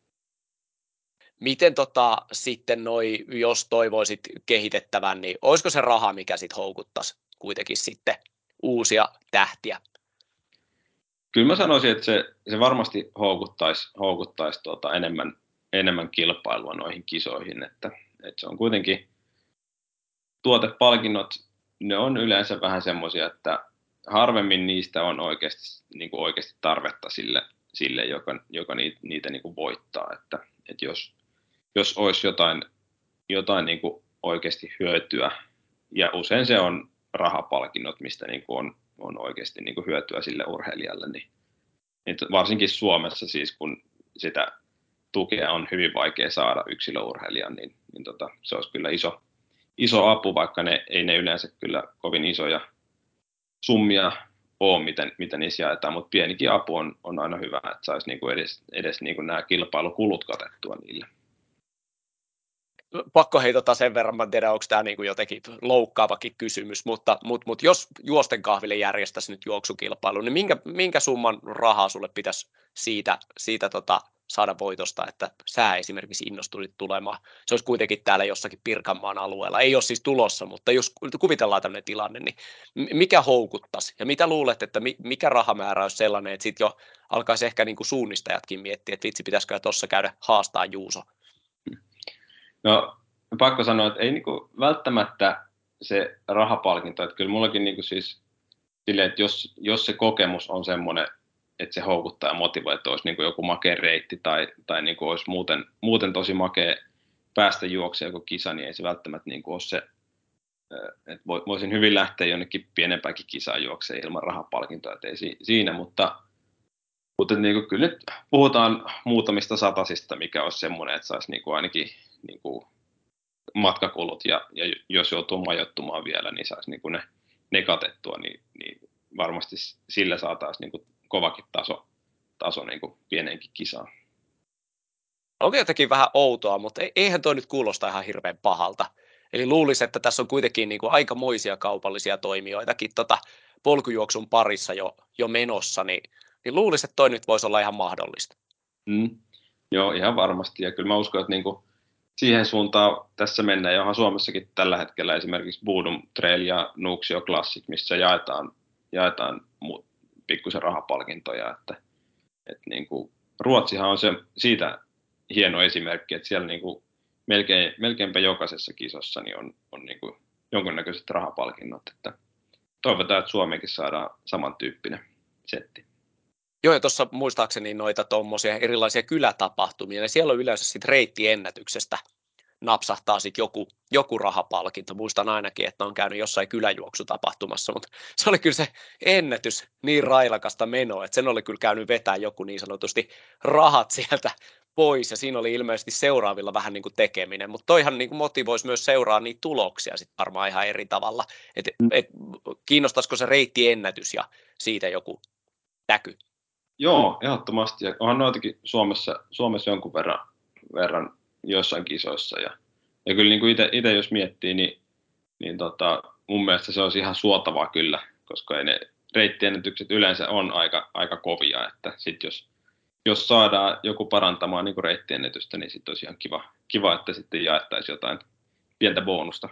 Speaker 1: Miten sitten jos toivoisit kehitettävän, niin olisiko se raha, mikä sitten houkuttaisi kuitenkin sitten uusia tähtiä?
Speaker 2: Kyllä mä sanoisin, että se varmasti houkuttaisi enemmän kilpailua noihin kisoihin, että se on kuitenkin tuotepalkinnot, ne on yleensä vähän semmoisia, että harvemmin niistä on oikeasti tarvetta sille joka niitä niin kuin voittaa, että jos olisi jotain niin kuin oikeasti hyötyä, ja usein se on rahapalkinnot, mistä niin kuin on oikeasti niin kuin hyötyä sille urheilijalle, niin varsinkin Suomessa siis, kun sitä tukea on hyvin vaikea saada yksilöurheilijan, niin se olisi kyllä iso apu, vaikka ei ne yleensä kyllä kovin isoja summia ole, mitä niissä jaetaan, mutta pienikin apu on aina hyvä, että saisi niinku edes niinku nämä kilpailukulut katettua niillä.
Speaker 1: Pakko sen verran, mä en tiedä, onko tämä niinku jotenkin loukkaavakin kysymys, mutta jos juosten kahville järjestäisi nyt juoksukilpailu, niin minkä summan rahaa sulle pitäisi siitä saada voitosta, että sä esimerkiksi innostuisit tulemaan? Se olisi kuitenkin täällä jossakin Pirkanmaan alueella. Ei ole siis tulossa, mutta jos kuvitellaan tämmöinen tilanne, niin mikä houkuttaisi? Ja mitä luulet, että mikä rahamäärä olisi sellainen, että sitten jo alkaisi ehkä niinku suunnistajatkin miettiä, että vitsi, pitäisikö tuossa käydä haastaa Juuso?
Speaker 2: No, pakko sanoa, että ei niinku välttämättä se rahapalkinto, että kyllä mullakin niin kuin siis silleen, että jos se kokemus on semmoinen, että se houkuttaa ja motivoi, että olisi niin kuin joku makea reitti tai niin kuin olisi muuten tosi makea päästä juoksemaan joku kisa, niin ei se välttämättä niin kuin ole se, että voisin hyvin lähteä jonnekin pienempäänkin kisaan juokseen ilman rahapalkintoa, että ei siinä, mutta niin kuin, kyllä nyt puhutaan muutamista satasista, mikä olisi semmoinen, että saisi niin kuin ainakin niin kuin matkakulut ja jos joutuu majoittumaan vielä, niin saisi niin kuin ne katettua, niin varmasti sillä saataisiin niin kuin kovakin taso niin kuin pieneenkin kisaan.
Speaker 1: Onko jotenkin vähän outoa, mutta eihän toi nyt kuulosta ihan hirveän pahalta. Eli luulisi, että tässä on kuitenkin niin kuin aikamoisia kaupallisia toimijoitakin polkujuoksun parissa jo menossa, niin luulisi, että toi nyt voisi olla ihan mahdollista.
Speaker 2: Joo, ihan varmasti. Ja kyllä mä uskon, että niin kuin siihen suuntaan tässä mennään, johon Suomessakin tällä hetkellä esimerkiksi Bodom Trail ja Nuuksio Classic, missä jaetaan pikkusen rahapalkintoja. Että niin kuin Ruotsihan on se siitä hieno esimerkki, että siellä niin kuin melkeinpä jokaisessa kisassa niin on niin kuin jonkunnäköiset rahapalkinnot. Että toivotaan, että Suomeenkin saadaan samantyyppinen setti.
Speaker 1: Joo, ja tuossa muistaakseni noita tuommoisia erilaisia kylätapahtumia, ja siellä on yleensä sitten reittiennätyksestä napsahtaa sitten joku rahapalkinto. Muistan ainakin, että on käynyt jossain kyläjuoksutapahtumassa, mutta se oli kyllä se ennätys niin railakasta menoa, että sen oli kyllä käynyt vetää joku niin sanotusti rahat sieltä pois, ja siinä oli ilmeisesti seuraavilla vähän niin kuin tekeminen, mutta toihan niin kuin motivoisi myös seuraa niitä tuloksia sitten varmaan ihan eri tavalla, kiinnostaisiko se reittiennätys ja siitä joku näky.
Speaker 2: Joo, ehdottomasti. Ja onhan noitakin Suomessa jonkun verran joissain kisoissa. Ja kyllä niin kuin itse jos miettii, niin mun mielestä se olisi ihan suotavaa kyllä, koska ei ne reittiennätykset yleensä on aika kovia. Että sit jos saadaan joku parantamaan niin kuin reittiennätystä, niin sitten olisi ihan kiva, että sitten jaettaisiin jotain pientä bonusta.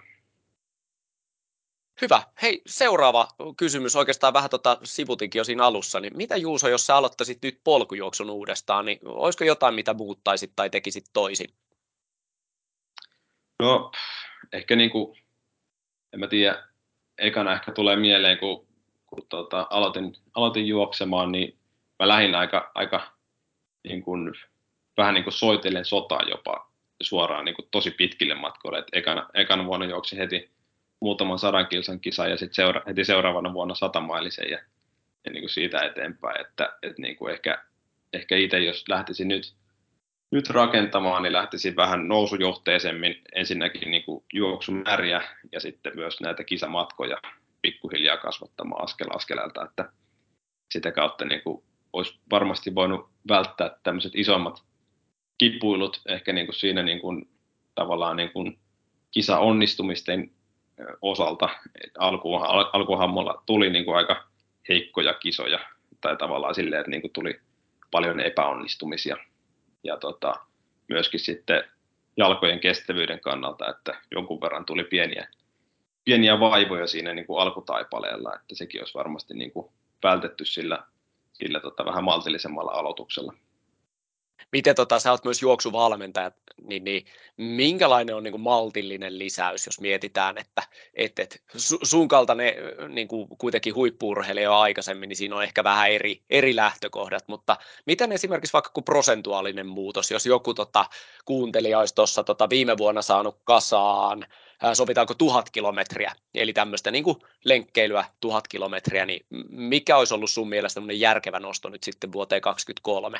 Speaker 1: Hyvä. Hei, seuraava kysymys, oikeastaan vähän sivutinkin jo siinä alussa, niin mitä Juuso, jos sä aloittaisit nyt polkujuoksun uudestaan, niin olisiko jotain, mitä muuttaisit tai tekisit toisin?
Speaker 2: No, ehkä niin kuin, en mä tiedä, ekana ehkä tulee mieleen, kun aloitin juoksemaan, niin mä lähdin aika niin kuin, vähän niin kuin soitellen sotaa jopa suoraan niin kuin tosi pitkille matkoille. Et ekana vuonna juoksin heti muutaman 100 kilsan kisan ja sitten heti seuraavana vuonna 100-mailisen ja niin kuin siitä eteenpäin. Että niin kuin ehkä itse, jos lähtisin nyt rakentamaan, niin lähtisin vähän nousujohteisemmin ensinnäkin niin kuin juoksumääriä ja sitten myös näitä kisamatkoja pikkuhiljaa kasvattamaan askel askeleelta, että sitä kautta niin kuin olisi varmasti voinut välttää tämmöiset isommat kipuilut ehkä niin kuin siinä niin kuin, tavallaan niin kuin kisaonnistumisten osalta. Alkuunhan mulla tuli niin kuin aika heikkoja kisoja tai tavallaan silleen, että niin kuin tuli paljon epäonnistumisia ja myöskin sitten jalkojen kestävyyden kannalta, että jonkun verran tuli pieniä vaivoja siinä niin kuin alkutaipaleella, että sekin olisi varmasti niin kuin vältetty sillä vähän maltillisemmalla aloituksella.
Speaker 1: Miten sä oot myös juoksuvalmentaja, niin minkälainen on niin kuin maltillinen lisäys, jos mietitään, että sun kaltainen niin kuin kuitenkin huippu-urheilija jo aikaisemmin, niin siinä on ehkä vähän eri lähtökohdat, mutta miten esimerkiksi vaikka kuin prosentuaalinen muutos, jos joku kuuntelija olisi tuossa viime vuonna saanut kasaan, sovitaanko 1000 kilometriä, eli tämmöistä niin kuin lenkkeilyä 1000 kilometriä, niin mikä olisi ollut sun mielestä järkevä nosto nyt sitten vuoteen 2023?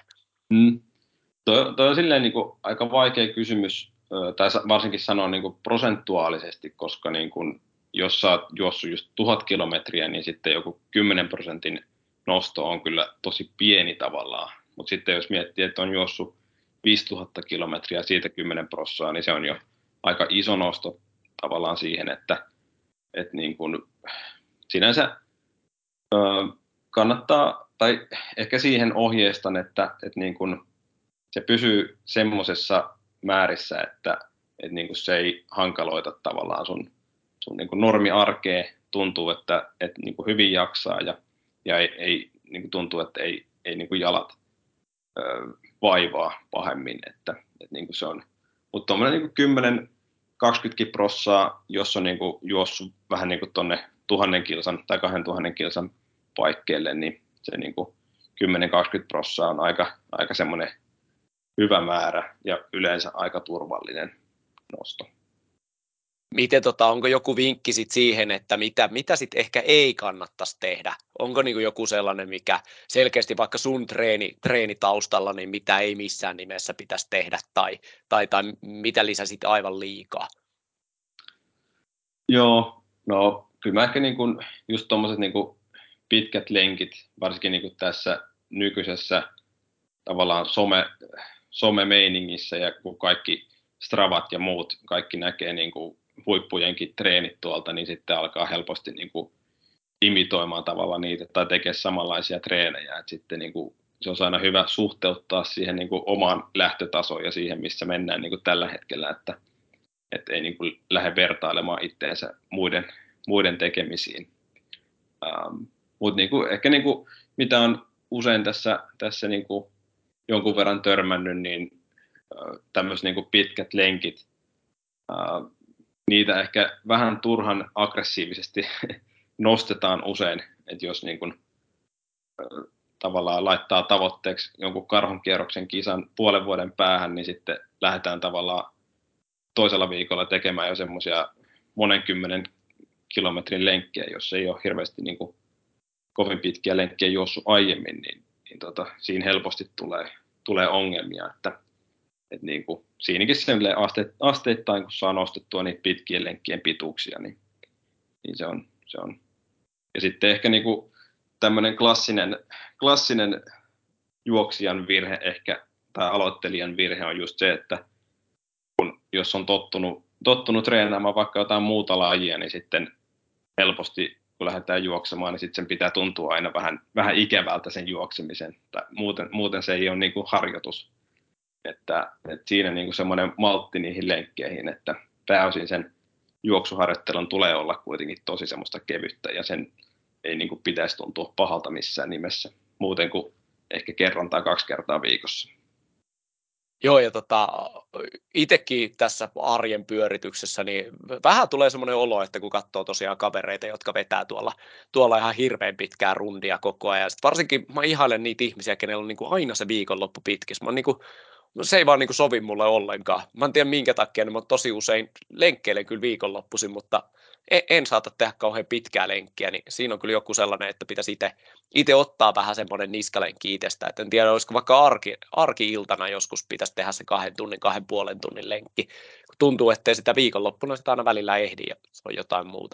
Speaker 2: Toi on silleen niin kuin aika vaikea kysymys, tai varsinkin sanoa niin kuin prosentuaalisesti, koska niin kuin, jos sä oot juossut just 1000 kilometriä, niin sitten joku 10% nosto on kyllä tosi pieni tavallaan. Mutta sitten jos miettii, että on juossut 5000 kilometriä, siitä 10%, niin se on jo aika iso nosto tavallaan siihen, että niin kuin, sinänsä kannattaa, tai ehkä siihen ohjeistan, että niin kuin, se pysyy semmoisessa määrissä, että niin kuin se ei hankaloita tavallaan sun niin kuin normiarkea, tuntuu, että niin kuin hyvin jaksaa ja ei niin kuin tuntuu, että ei niin kuin jalat vaivaa pahemmin, että niin kuin se on. Mutta tuommoinen niin 10 20%, jos on niin kuin juossut vähän niin kuin tuonne 1000 kilsan tai 2000 kilsan paikkeille, niin se niin kuin 10-20% on aika semmoinen hyvä määrä ja yleensä aika turvallinen nosto.
Speaker 1: Miten onko joku vinkki sit siihen, että mitä sit ehkä ei kannattaisi tehdä? Onko niinku joku sellainen, mikä selkeästi vaikka sun treenitaustalla, niin mitä ei missään nimessä pitäisi tehdä tai mitä lisäsit aivan liikaa?
Speaker 2: Joo, no kyllä mä ehkä niin kuin, just tuommoiset niin kuin pitkät lenkit, varsinkin niin kuin tässä nykyisessä tavallaan somemeiningissä ja kun kaikki Stravat ja muut, kaikki näkee niin kuin huippujenkin treenit tuolta, niin sitten alkaa helposti niin kuin imitoimaan tavallaan niitä tai tekee samanlaisia treenejä. Et sitten niin kuin, se on aina hyvä suhteuttaa siihen niin kuin omaan lähtötasoon ja siihen, missä mennään niin kuin tällä hetkellä, että ei niin kuin lähde vertailemaan itteensä muiden tekemisiin. Mutta niin kuin, ehkä niin kuin, mitä on usein tässä niin kuin jonkun verran törmännyt, niin tämmöiset niin kuin pitkät lenkit, niitä ehkä vähän turhan aggressiivisesti nostetaan usein, että jos niin kuin, tavallaan laittaa tavoitteeksi jonkun karhunkierroksen kisan puolen vuoden päähän, niin sitten lähdetään tavallaan toisella viikolla tekemään jo semmoisia monen kymmenen kilometrin lenkkejä, jos ei ole hirveästi niin kuin kovin pitkiä lenkkejä juossut aiemmin, niin siinä helposti tulee ongelmia, että niin kuin, siinäkin asteittain, kun saa nostettua niitä pitkien lenkkien pituuksia, niin se on. Ja sitten ehkä niin kuin tämmöinen klassinen juoksijan virhe ehkä, tai aloittelijan virhe on just se, että jos on tottunut treenaamaan vaikka jotain muuta lajia, niin sitten helposti, kun lähdetään juoksemaan, niin sitten sen pitää tuntua aina vähän ikävältä sen juoksemisen. Tai muuten se ei ole niin kuin harjoitus. Että siinä niin kuin semmoinen maltti niihin lenkkeihin, että pääosin sen juoksuharjoittelun tulee olla kuitenkin tosi semmoista kevyttä, ja sen ei niin kuin pitäisi tuntua pahalta missään nimessä, muuten kuin ehkä kerran tai 2 kertaa viikossa.
Speaker 1: Joo, ja itsekin tässä arjen pyörityksessä, niin vähän tulee semmoinen olo, että kun katsoo tosiaan kavereita, jotka vetää tuolla ihan hirveän pitkää rundia koko ajan. Sitten varsinkin mä ihailen niitä ihmisiä, kenellä on niin kuin aina se viikonloppu pitkissä. Mä niin kuin, se ei vaan niin kuin sovi mulle ollenkaan. Mä en tiedä minkä takia, niin mä tosi usein lenkkeilen kyllä viikonloppuisin, mutta en saata tehdä kauhean pitkää lenkkiä, niin siinä on kyllä joku sellainen, että pitäisi itse ottaa vähän semmoinen niskalenkki itsestä. Et en tiedä, olisiko vaikka arki-iltana joskus pitäisi tehdä se 2 tunnin, 2,5 tunnin lenkki, kun tuntuu, ettei sitä viikonloppuna sitä aina välillä ehdi ja se on jotain muuta.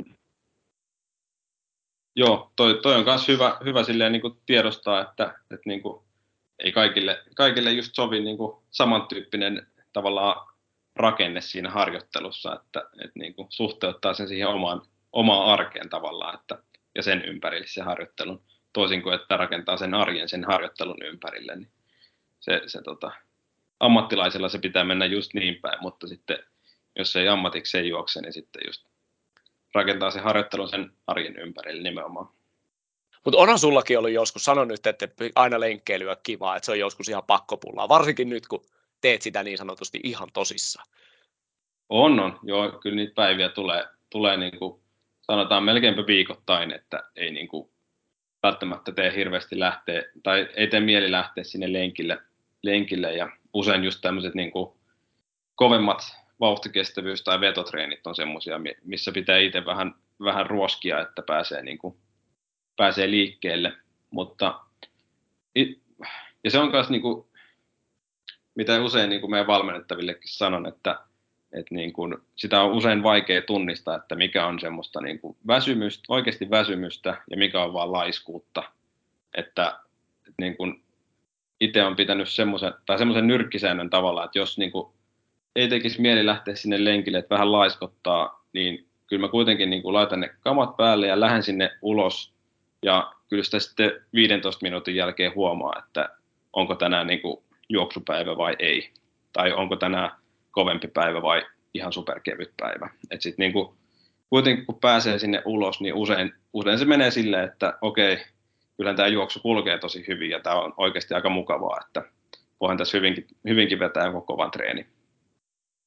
Speaker 2: Joo, toi on myös hyvä silleen niin kuin tiedostaa, että niin kuin ei kaikille just sovi niin kuin samantyyppinen tavallaan rakenne siinä harjoittelussa, että niin kuin suhteuttaa sen siihen omaan arkeen tavallaan, ja sen ympärille se harjoittelun, toisin kuin että rakentaa sen arjen sen harjoittelun ympärille, niin ammattilaisella se pitää mennä just niin päin, mutta sitten jos ei ammatikseen juokse, niin sitten just rakentaa sen harjoittelun sen arjen ympärille nimenomaan.
Speaker 1: Mutta onhan sullakin ollut joskus, sano nyt, että aina lenkkeilyä kivaa, että se on joskus ihan pakkopullaa, varsinkin nyt, kun teet sitä niin sanotusti ihan tosissaan.
Speaker 2: Joo, kyllä niitä päiviä tulee niin kuin sanotaan melkeinpä viikoittain, että ei niin kuin välttämättä tee hirveästi lähteä, tai ei tee mieli lähteä sinne lenkille ja usein just tämmöiset niin kuin kovemmat vauhtikestävyys- tai vetotreenit on semmoisia, missä pitää itse vähän ruoskia, että pääsee liikkeelle, mutta ja se on myös niin kuin, mitä usein niin kuin meidän valmennettavillekin sanon, että niin kuin, sitä on usein vaikea tunnistaa, että mikä on semmoista niin kuin oikeasti väsymystä ja mikä on vaan laiskuutta. Että niin kuin itse on pitänyt semmoisen nyrkkisäännön tavalla, että jos niin kuin ei tekisi mieli lähteä sinne lenkille, että vähän laiskottaa, niin kyllä mä kuitenkin niin kuin laitan ne kamat päälle ja lähden sinne ulos. Ja kyllä sitä sitten 15 minuutin jälkeen huomaa, että onko tänään niin kuin juoksupäivä vai ei. Tai onko tänään kovempi päivä vai ihan superkevyt päivä. Että sitten niin kuin, kuitenkin kun pääsee sinne ulos, niin usein se menee silleen, että okei, kyllähän tämä juoksu kulkee tosi hyvin ja tämä on oikeasti aika mukavaa, että voin tässä hyvinkin vetää jonkun kovan treenin.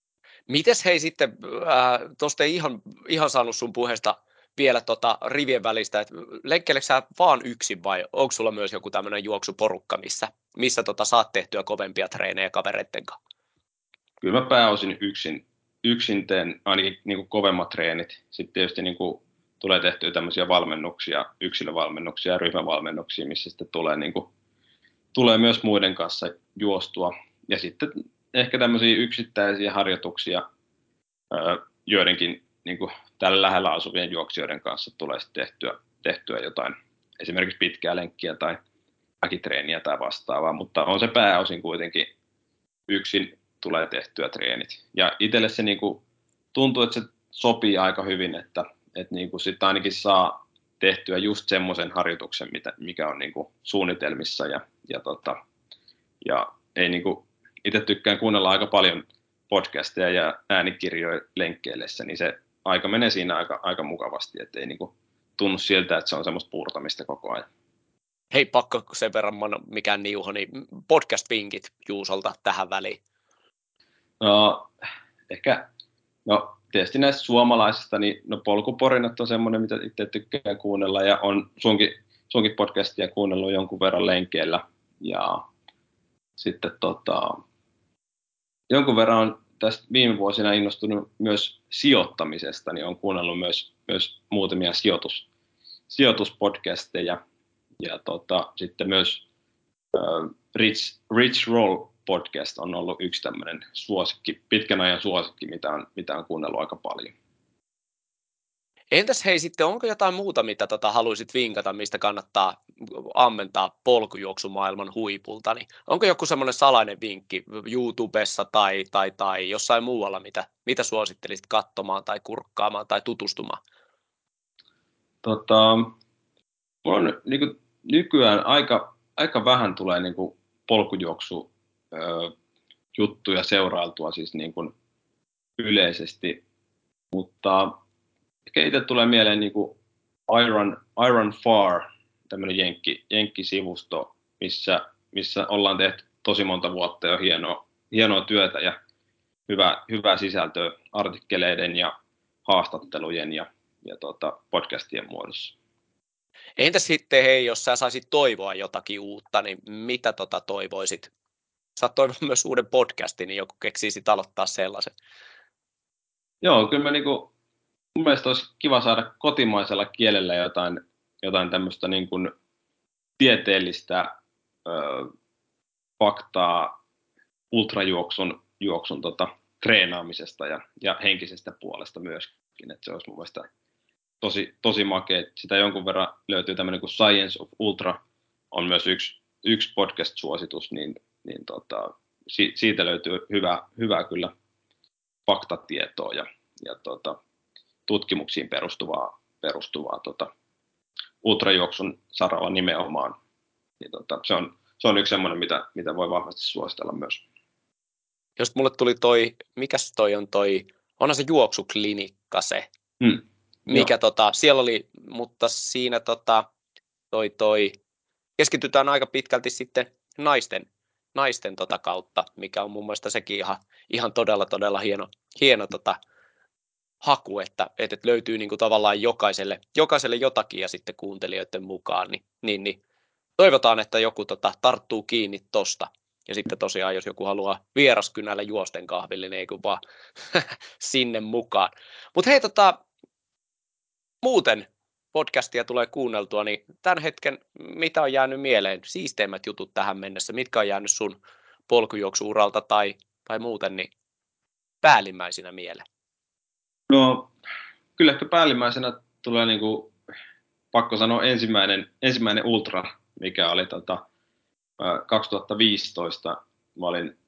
Speaker 1: Mites hei sitten, tuosta ei ihan saanut sun puheesta vielä rivien välistä, että lenkkeileksä sä vaan yksin vai onko sulla myös joku tämmöinen juoksuporukka, missä saat tehtyä kovempia treenejä kavereitten kanssa?
Speaker 2: Kyllä mä pääosin yksin teen ainakin niin kuin kovemmat treenit. Sitten tietysti niin kuin tulee tehtyä tämmöisiä valmennuksia, yksilövalmennuksia ja ryhmävalmennuksia, missä sitten tulee myös muiden kanssa juostua. Ja sitten ehkä tämmöisiä yksittäisiä harjoituksia joidenkin niin kuin täällä lähellä asuvien juoksijoiden kanssa tulee sitten tehtyä jotain, esimerkiksi pitkää lenkkiä tai väkitreeniä tai vastaavaa, mutta on se pääosin kuitenkin yksin tulee tehtyä treenit. Ja itselle se niin kuin, tuntuu, että se sopii aika hyvin, että niin kuin sit ainakin saa tehtyä just semmoisen harjoituksen, mikä on niin kuin suunnitelmissa ja ei niin kuin, itse tykkään kuunnella aika paljon podcasteja ja äänikirjoja lenkkeillessä, niin se aika menee siinä aika mukavasti, ettei niin kuin tunnu siltä, että se on semmoista puurtamista koko ajan.
Speaker 1: Hei, pakko sen verran mikään niuho, niin podcast-vinkit Juusolta tähän väliin.
Speaker 2: No, ehkä, no tietysti näistä suomalaisista, niin no Polkuporinat on semmoinen, mitä itse tykkään kuunnella, ja on sunkin podcastia kuunnellut jonkun verran lenkeillä, ja sitten jonkun verran on tästä viime vuosina innostunut myös sijoittamisesta, niin on kuunnellut myös muutamia sijoituspodcasteja, ja sitten myös Rich Roll podcast on ollut yksi tämmöinen suosikki, pitkän ajan suosikki, mitä on kuunnellut aika paljon.
Speaker 1: Entäs hei sitten, onko jotain muuta, mitä haluaisit vinkata, mistä kannattaa ammentaa polkujuoksumaailman huipulta? Niin onko joku semmoinen salainen vinkki YouTubessa tai jossain muualla, mitä suosittelisit katsomaan tai kurkkaamaan tai tutustumaan?
Speaker 2: Mulla on niin kuin, nykyään aika vähän tulee niin kuin, polkujuoksu juttuja seurailtua siis niin kuin, yleisesti, mutta ehkä itse tulee mieleen niin kuin Iron Far, tämmöinen jenkkisivusto, missä ollaan tehty tosi monta vuotta jo hienoa työtä ja hyvää sisältöä artikkeleiden ja haastattelujen ja podcastien muodossa.
Speaker 1: Entä sitten hei, jos sä saisit toivoa jotakin uutta, niin mitä toivoisit? Saat toivoa myös uuden podcastin, niin joku keksisit aloittaa sellaisen.
Speaker 2: Joo, kyllä mun mielestä olisi kiva saada kotimaisella kielellä jotain tämmöistä niin kuin tieteellistä faktaa ultrajuoksun treenaamisesta ja henkisestä puolesta myöskin. Että se olisi mun mielestä tosi makea. Sitä jonkun verran löytyy tämmöinen kuin Science of Ultra, on myös yksi podcast-suositus, niin siitä löytyy hyvää kyllä faktatietoa ja tutkimuksiin perustuvaa ultrajuoksun saralla nimenomaan. Niin se on yksi semmoinen, mitä voi vahvasti suositella myös.
Speaker 1: Jos mulle tuli mikäs onhan se juoksuklinikka se, mikä siellä oli, mutta siinä keskitytään aika pitkälti sitten naisten kautta, mikä on mun mielestä sekin ihan todella hieno haku, että löytyy niinku tavallaan jokaiselle jotakin ja sitten kuuntelijoiden mukaan, niin toivotaan, että joku tarttuu kiinni tosta. Ja sitten tosiaan, jos joku haluaa vieraskynällä juosten kahville, niin ei kun vaan sinne mukaan. Mutta hei, muuten podcastia tulee kuunneltua, niin tämän hetken, mitä on jäänyt mieleen, siisteimmät jutut tähän mennessä, mitkä on jäänyt sun polkujuoksu-uralta tai muuten, niin päällimmäisinä mieleen?
Speaker 2: No, kyllä ehkä päällimmäisenä tulee pakko sanoa ensimmäinen ultra, mikä oli 2015. Mä olin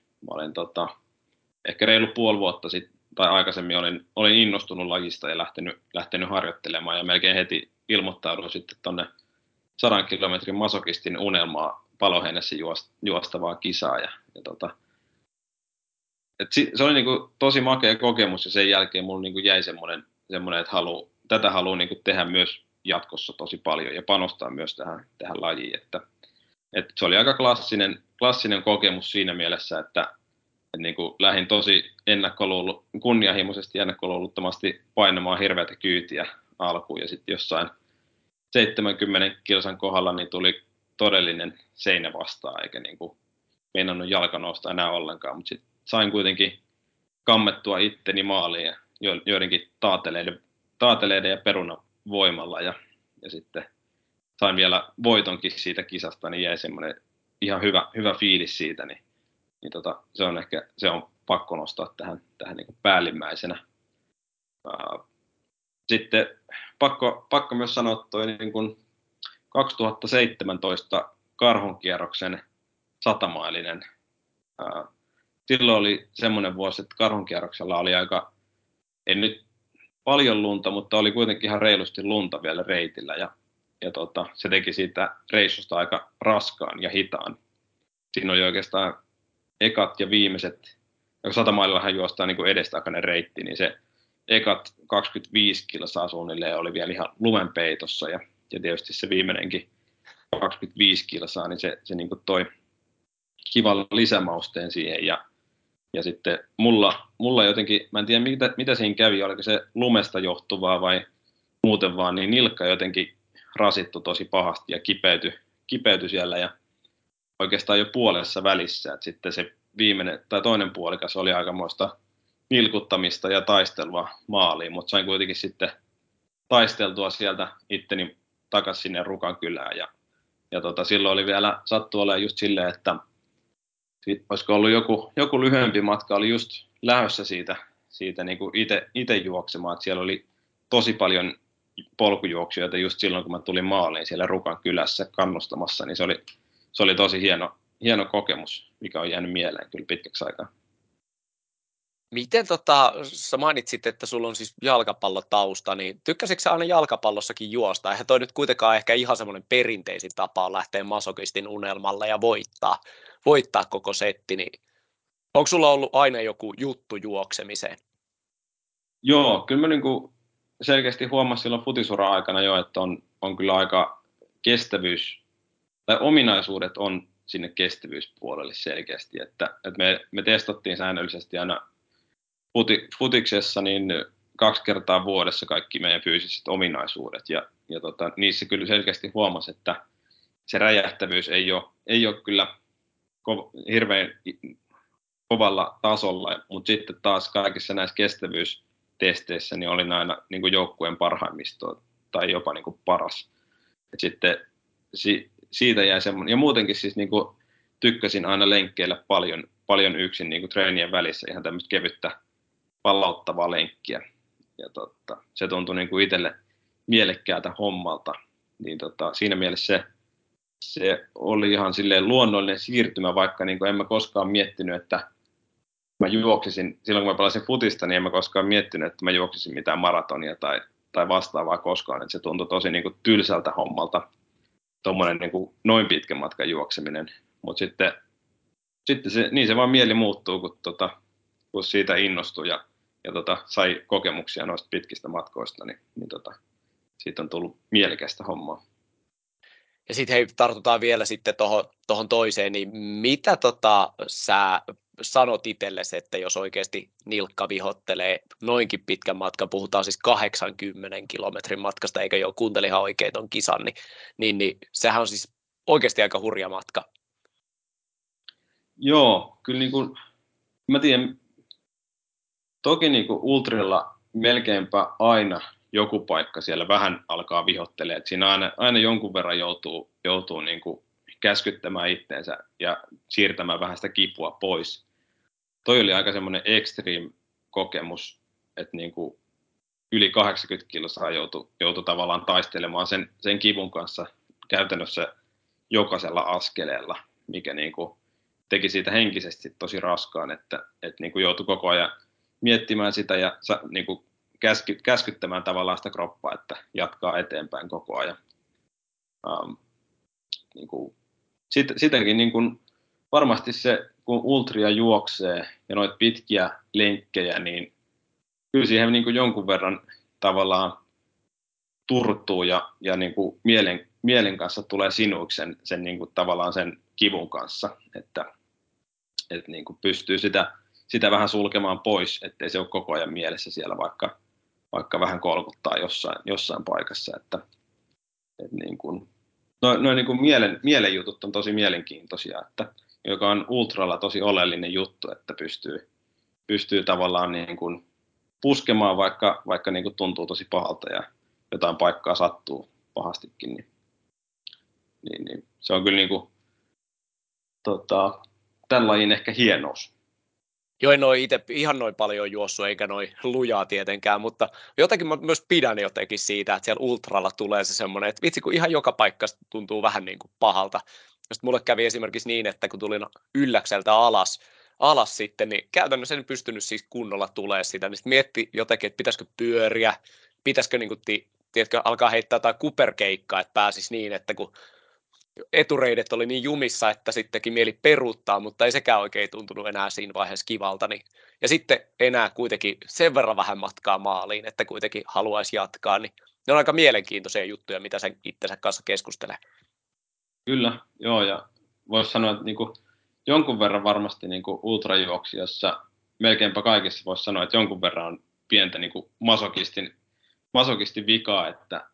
Speaker 2: ehkä reilu puoli vuotta sitten tai aikaisemmin olin innostunut lajista ja lähtenyt harjoittelemaan ja melkein heti ilmoittauduin sitten tuonne 100 kilometrin masokistin unelmaa Paloheinässä juostavaa kisaa se oli tosi makea kokemus ja sen jälkeen mulla jäi semmoinen, että tätä haluaa tehdä myös jatkossa tosi paljon ja panostaa myös tähän lajiin, että se oli aika klassinen kokemus siinä mielessä, että niin kuin lähdin tosi kunnianhimoisesti ja ennakkoluulottomasti painamaan hirveätä kyytiä alkuun ja sitten jossain 70 kilsan kohdalla niin tuli todellinen seinä vastaan, eikä niin kuin meinannut jalka nousta enää ollenkaan, mutta sitten sain kuitenkin kammettua itteni maaliin ja joidenkin taateleiden ja perunan voimalla ja sitten sain vielä voitonkin siitä kisasta, niin jäi semmoinen ihan hyvä fiilis siitä, se on pakko nostaa tähän niin kuin päällimmäisenä. Sitten pakko myös sanoa toi niin kuin 2017 Karhunkierroksen 100-mailinen. Silloin oli semmoinen vuosi, että Karhunkierroksella oli ei nyt paljon lunta, mutta oli kuitenkin ihan reilusti lunta vielä reitillä ja se teki siitä reissusta aika raskaan ja hitaan. Siinä oli oikeastaan ekat ja viimeiset, kun 100-maillahan juostaan niin kuin edestakainen reitti, niin se ekat 25 kilsaa suunnilleen oli vielä ihan lumenpeitossa ja tietysti se viimeinenkin 25 kilsaa, niin se niin kuin toi kivan lisämausteen siihen ja sitten mulla jotenkin, mä en tiedä mitä siinä kävi, oliko se lumesta johtuvaa vai muuten vaan, niin nilkka jotenkin rasittui tosi pahasti ja kipeytyi siellä ja oikeastaan jo puolessa välissä, että sitten se viimeinen tai toinen puolikas oli aikamoista nilkuttamista ja taistelua maaliin, mutta sain kuitenkin sitten taisteltua sieltä itteni takaisin sinne Rukan kylään ja silloin oli vielä sattu olemaan just silleen, että olisiko ollut joku lyhyempi matka, oli just lähdössä siitä niin kuin itse juoksemaan, että siellä oli tosi paljon polkujuoksijoita just silloin, kun mä tulin maaliin siellä Rukan kylässä kannustamassa, niin se oli tosi hieno kokemus, mikä on jäänyt mieleen kyllä pitkäksi aikaa.
Speaker 1: Miten sä mainitsit, että sulla on siis jalkapallotausta, niin tykkäsitkö sä aina jalkapallossakin juosta? Eihän toi nyt kuitenkaan ehkä ihan semmoinen perinteisin tapa on lähteä masokistin unelmalle ja voittaa koko setti, niin onko sulla ollut aina joku juttu juoksemiseen?
Speaker 2: Joo, kyllä mä niin kuin selkeästi huomasin silloin futisura-aikana jo, että on kyllä aika kestävyys, tai ominaisuudet on sinne kestävyyspuolelle selkeästi, että me testattiin säännöllisesti aina futiksessa niin 2 kertaa vuodessa kaikki meidän fyysiset ominaisuudet ja niissä kyllä selkeästi huomasi, että se räjähtävyys ei ole kyllä hirveän kovalla tasolla, mutta sitten taas kaikissa näissä kestävyystesteissä niin olin aina niin kuin joukkueen parhaimmistoa tai jopa niin kuin paras. Et sitten siitä jäi semmoinen, ja muutenkin siis niin kuin tykkäsin aina lenkkeillä paljon yksin niin kuin treenien välissä, ihan tämmöistä kevyttä palauttavaa lenkkiä. Ja se tuntui niin kuin itselle mielekkäältä hommalta. Niin siinä mielessä se oli ihan silleen luonnollinen siirtymä, vaikka niin kuin en mä koskaan miettinyt, että mä juoksisin, silloin kun mä pelasin futista, niin en mä koskaan miettinyt, että mä juoksisin mitään maratonia tai vastaavaa koskaan. Että se tuntui tosi niin kuin tylsältä hommalta, tuommoinen niin kuin noin pitkän matkan juokseminen. Mutta sitten se vaan mieli muuttuu, kun siitä innostui ja sai kokemuksia noista pitkistä matkoista, niin siitä on tullut mielekästä hommaa.
Speaker 1: Ja sitten hei, tartutaan vielä sitten tohon toiseen, niin mitä sä sanot itsellesi, että jos oikeasti nilkka vihottelee noinkin pitkän matkan, puhutaan siis 80 kilometrin matkasta, eikä jo kuuntelihan oikein ton kisan, niin sehän on siis oikeasti aika hurja matka.
Speaker 2: Joo, kyllä niin kuin, mä tiedän, toki niin kuin ultrilla melkeinpä aina joku paikka siellä vähän alkaa vihottelemaan, että siinä aina jonkun verran joutuu niin kuin käskyttämään itteensä ja siirtämään vähän sitä kipua pois. Toi oli aika semmoinen extreme kokemus, että niin kuin yli 80 kilsaa joutui tavallaan taistelemaan sen kivun kanssa käytännössä jokaisella askeleella, mikä niin kuin teki siitä henkisesti tosi raskaan, että niin kuin joutui koko ajan miettimään sitä ja niin kuin käskyttämään tavallaan sitä kroppaa, että jatkaa eteenpäin koko ajan. Niin kuin, sitäkin niin kuin, varmasti se, kun ultria juoksee ja noita pitkiä lenkkejä, niin kyllä siihen niin kuin jonkun verran tavallaan turtuu ja niin kuin mielen kanssa tulee sinuiksi sen niin kuin tavallaan sen kivun kanssa, että niin kuin pystyy sitä sitä vähän sulkemaan pois, ettei se ole koko ajan mielessä siellä, vaikka vähän kolkuttaa jossain paikassa. Että niin kuin, noin niin kuin mielen jutut on tosi mielenkiintoisia, että, joka on ultralla tosi oleellinen juttu, että pystyy tavallaan niin kuin puskemaan, vaikka niin kuin tuntuu tosi pahalta ja jotain paikkaa sattuu pahastikin, niin se on kyllä niin kuin, tämän lajin ehkä hienous.
Speaker 1: Joo, en ole itse ihan noin paljon juossut, eikä noin lujaa tietenkään, mutta jotenkin mä myös pidän jotenkin siitä, että siellä ultralla tulee se semmoinen, että vitsi kun ihan joka paikka tuntuu vähän niin kuin pahalta. Sitten mulle kävi esimerkiksi niin, että kun tulin ylläkseltä alas sitten, niin käytännössä en pystynyt siis kunnolla tulee sitä, niin sitten mietti jotenkin, että pitäisikö pyöriä, pitäisikö niin kuin, tiedätkö, alkaa heittää jotain kuperkeikkaa, että pääsisi niin, että kun etureidet oli niin jumissa, että sittenkin mieli peruuttaa, mutta ei sekään oikein tuntunut enää siinä vaiheessa kivalta. Niin. Ja sitten enää kuitenkin sen verran vähän matkaa maaliin, että kuitenkin haluaisi jatkaa. Niin ne on aika mielenkiintoisia juttuja, mitä sen itsensä kanssa keskustelee.
Speaker 2: Kyllä, joo, ja voisi sanoa, että niin kuin jonkun verran varmasti niin kuin ultrajuoksijassa, melkeinpä kaikissa voisi sanoa, että jonkun verran on pientä niin kuin masokistin vikaa, että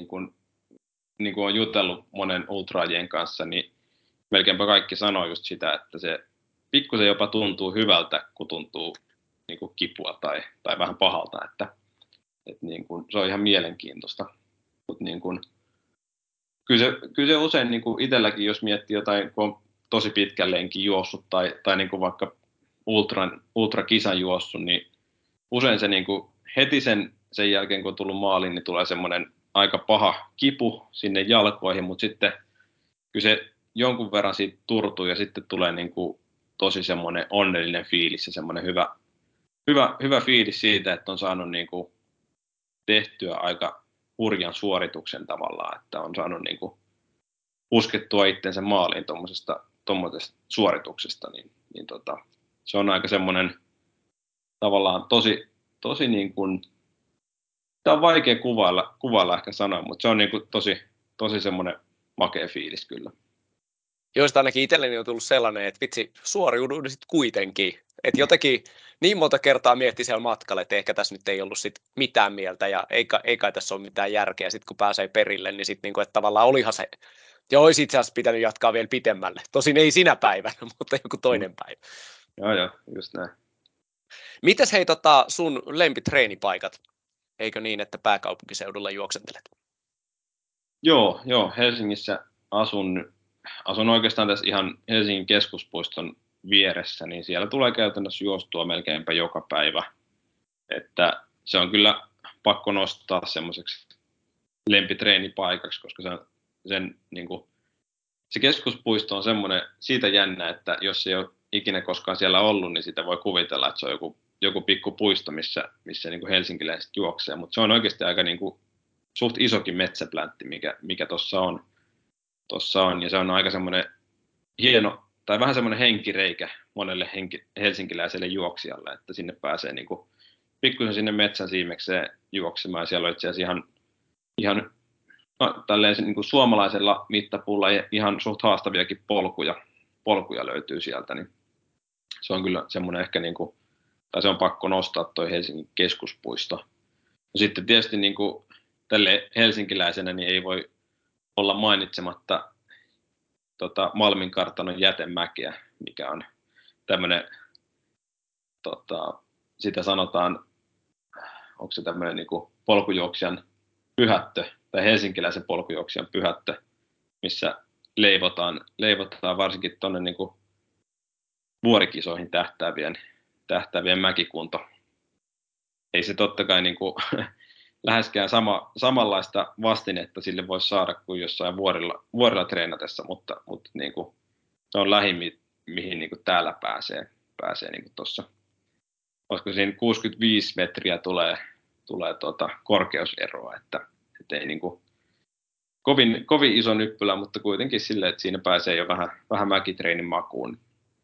Speaker 2: niin kuin on jutellut monen ultraajien kanssa, niin melkeinpä kaikki sanoo just sitä, että se pikkusen jopa tuntuu hyvältä, kun tuntuu niin kuin kipua tai vähän pahalta, että niin kuin, se on ihan mielenkiintoista. Mutta niin kuin, kyllä se usein niin kuin itselläkin, jos miettii jotain, kun on tosi pitkällenkin juossut tai niin kuin vaikka ultrakisan juossut, niin usein se niin kuin heti sen jälkeen, kun on tullut maaliin, niin tulee semmoinen aika paha kipu sinne jalkoihin, mutta sitten kyllä se jonkun verran siitä turtuu ja sitten tulee niin kuin tosi semmoinen onnellinen fiilis ja semmoinen hyvä fiilis siitä, että on saanut niin kuin tehtyä aika hurjan suorituksen tavallaan, että on saanut niin kuin puskettua itsensä maaliin tuommoisesta suorituksesta, niin se on aika semmoinen tavallaan tosi niin kuin, tämä on vaikea kuvailla ehkä sanoa, mutta se on niin kuin tosi semmoinen makea fiilis kyllä.
Speaker 1: Joista ainakin itselleni on tullut sellainen, että vitsi, suoriuduin sitten kuitenkin. Että jotenkin niin monta kertaa mietti siellä matkalla, että ehkä tässä nyt ei ollut sit mitään mieltä ja ei kai tässä ole mitään järkeä. Sitten kun pääsee perille, niin sitten niinku, että tavallaan olihan se, ja olisi itse asiassa pitänyt jatkaa vielä pitemmälle. Tosin ei sinä päivänä, mutta joku toinen päivä.
Speaker 2: Joo, just näin.
Speaker 1: Mites hei sun lempitreenipaikat? Eikö niin, että pääkaupunkiseudulla juoksentelet?
Speaker 2: Joo, Helsingissä asun oikeastaan tässä ihan Helsingin keskuspuiston vieressä, niin siellä tulee käytännössä juostua melkeinpä joka päivä. Että se on kyllä pakko nostaa semmoiseksi lempitreenipaikaksi, koska niin kuin, se keskuspuisto on semmoinen siitä jännä, että jos ei ole ikinä koskaan siellä ollut, niin sitä voi kuvitella, että se on joku pikku puisto, missä niin kuin helsinkiläiset juoksee, mutta se on oikeasti aika niin kuin, suht isokin metsäpläntti, mikä tuossa on, ja se on aika semmoinen hieno, tai vähän semmoinen henkireikä monelle helsinkiläiselle juoksijalle, että sinne pääsee niin kuin, pikkusen sinne metsän siimekseen juoksemaan, ja siellä on itse asiassa ihan no, tälleen niin kuin suomalaisella mittapuulla ihan suht haastaviakin polkuja löytyy sieltä, niin se on kyllä semmoinen ehkä, niin kuin, tai se on pakko nostaa toi Helsingin keskuspuisto. No sitten tietysti niin kuin, tälle helsinkiläisenä niin ei voi olla mainitsematta Malmin kartanon jätemäkeä, mikä on tämmöinen, sitä sanotaan, onko se tämmöinen niin kuin polkujuoksijan pyhättö, tai helsinkiläisen polkujuoksijan pyhättö, missä leivotaan varsinkin tuonne niin kuin vuorikisoihin tähtäävien mäkikunto. Ei se totta kai niin kuin, läheskään samanlaista vastinetta sille voi saada kuin jossain vuorilla treenatessa, mutta niin kuin, se on lähin, mihin niin kuin täällä pääsee niin kuin tuossa. Olisiko siinä 65 metriä tulee korkeuseroa, että ei niin kuin, kovin iso nyppylä, mutta kuitenkin silleen, että siinä pääsee jo vähän mäkitreenin makuun.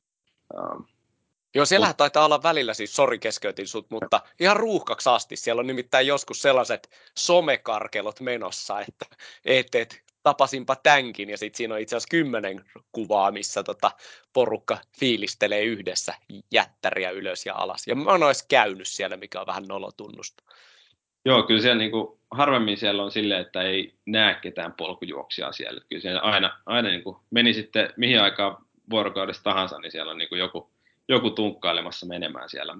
Speaker 1: Joo, siellähän taitaa olla välillä, siis sori keskeytin sut, mutta ihan ruuhkaksi asti. Siellä on nimittäin joskus sellaiset somekarkelot menossa, että tapasinpa tämänkin, ja sitten siinä on itse asiassa 10 kuvaa, missä porukka fiilistelee yhdessä jättäriä ylös ja alas. Ja mä oon edes käynyt siellä, mikä on vähän nolotunnusta.
Speaker 2: Joo, kyllä siellä niinku, harvemmin siellä on silleen, että ei näe ketään polkujuoksijaa siellä. Kyllä siellä aina niinku, meni sitten mihin aikaan vuorokaudesta tahansa, niin siellä on niinku joku tunkkailemassa menemään siellä.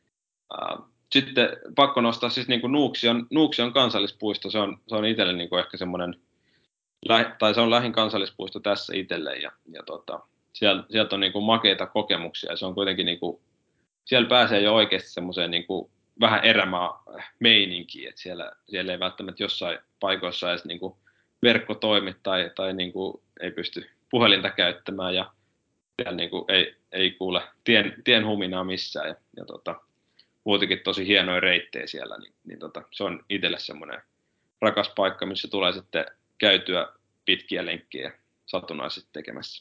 Speaker 2: Sitten pakko nostaa siis niinku Nuuksion kansallispuisto, se on itselle niinku ehkä semmoinen, tai se on lähin kansallispuisto tässä itselle, ja sieltä on niinku makeita kokemuksia, ja se on kuitenkin niinku, siellä pääsee jo oikeasti semmoiseen niinku vähän erämaa meininkiin, että siellä ei välttämättä jossain paikoissa edes niinku verkko toimi tai niinku ei pysty puhelinta käyttämään, ja siellä niinku ei kuule tien huminaa missään, ja muutenkin tosi hienoja reittejä siellä, niin se on itselle semmoinen rakas paikka, missä tulee sitten käytyä pitkiä lenkkejä satunnaisesti tekemässä.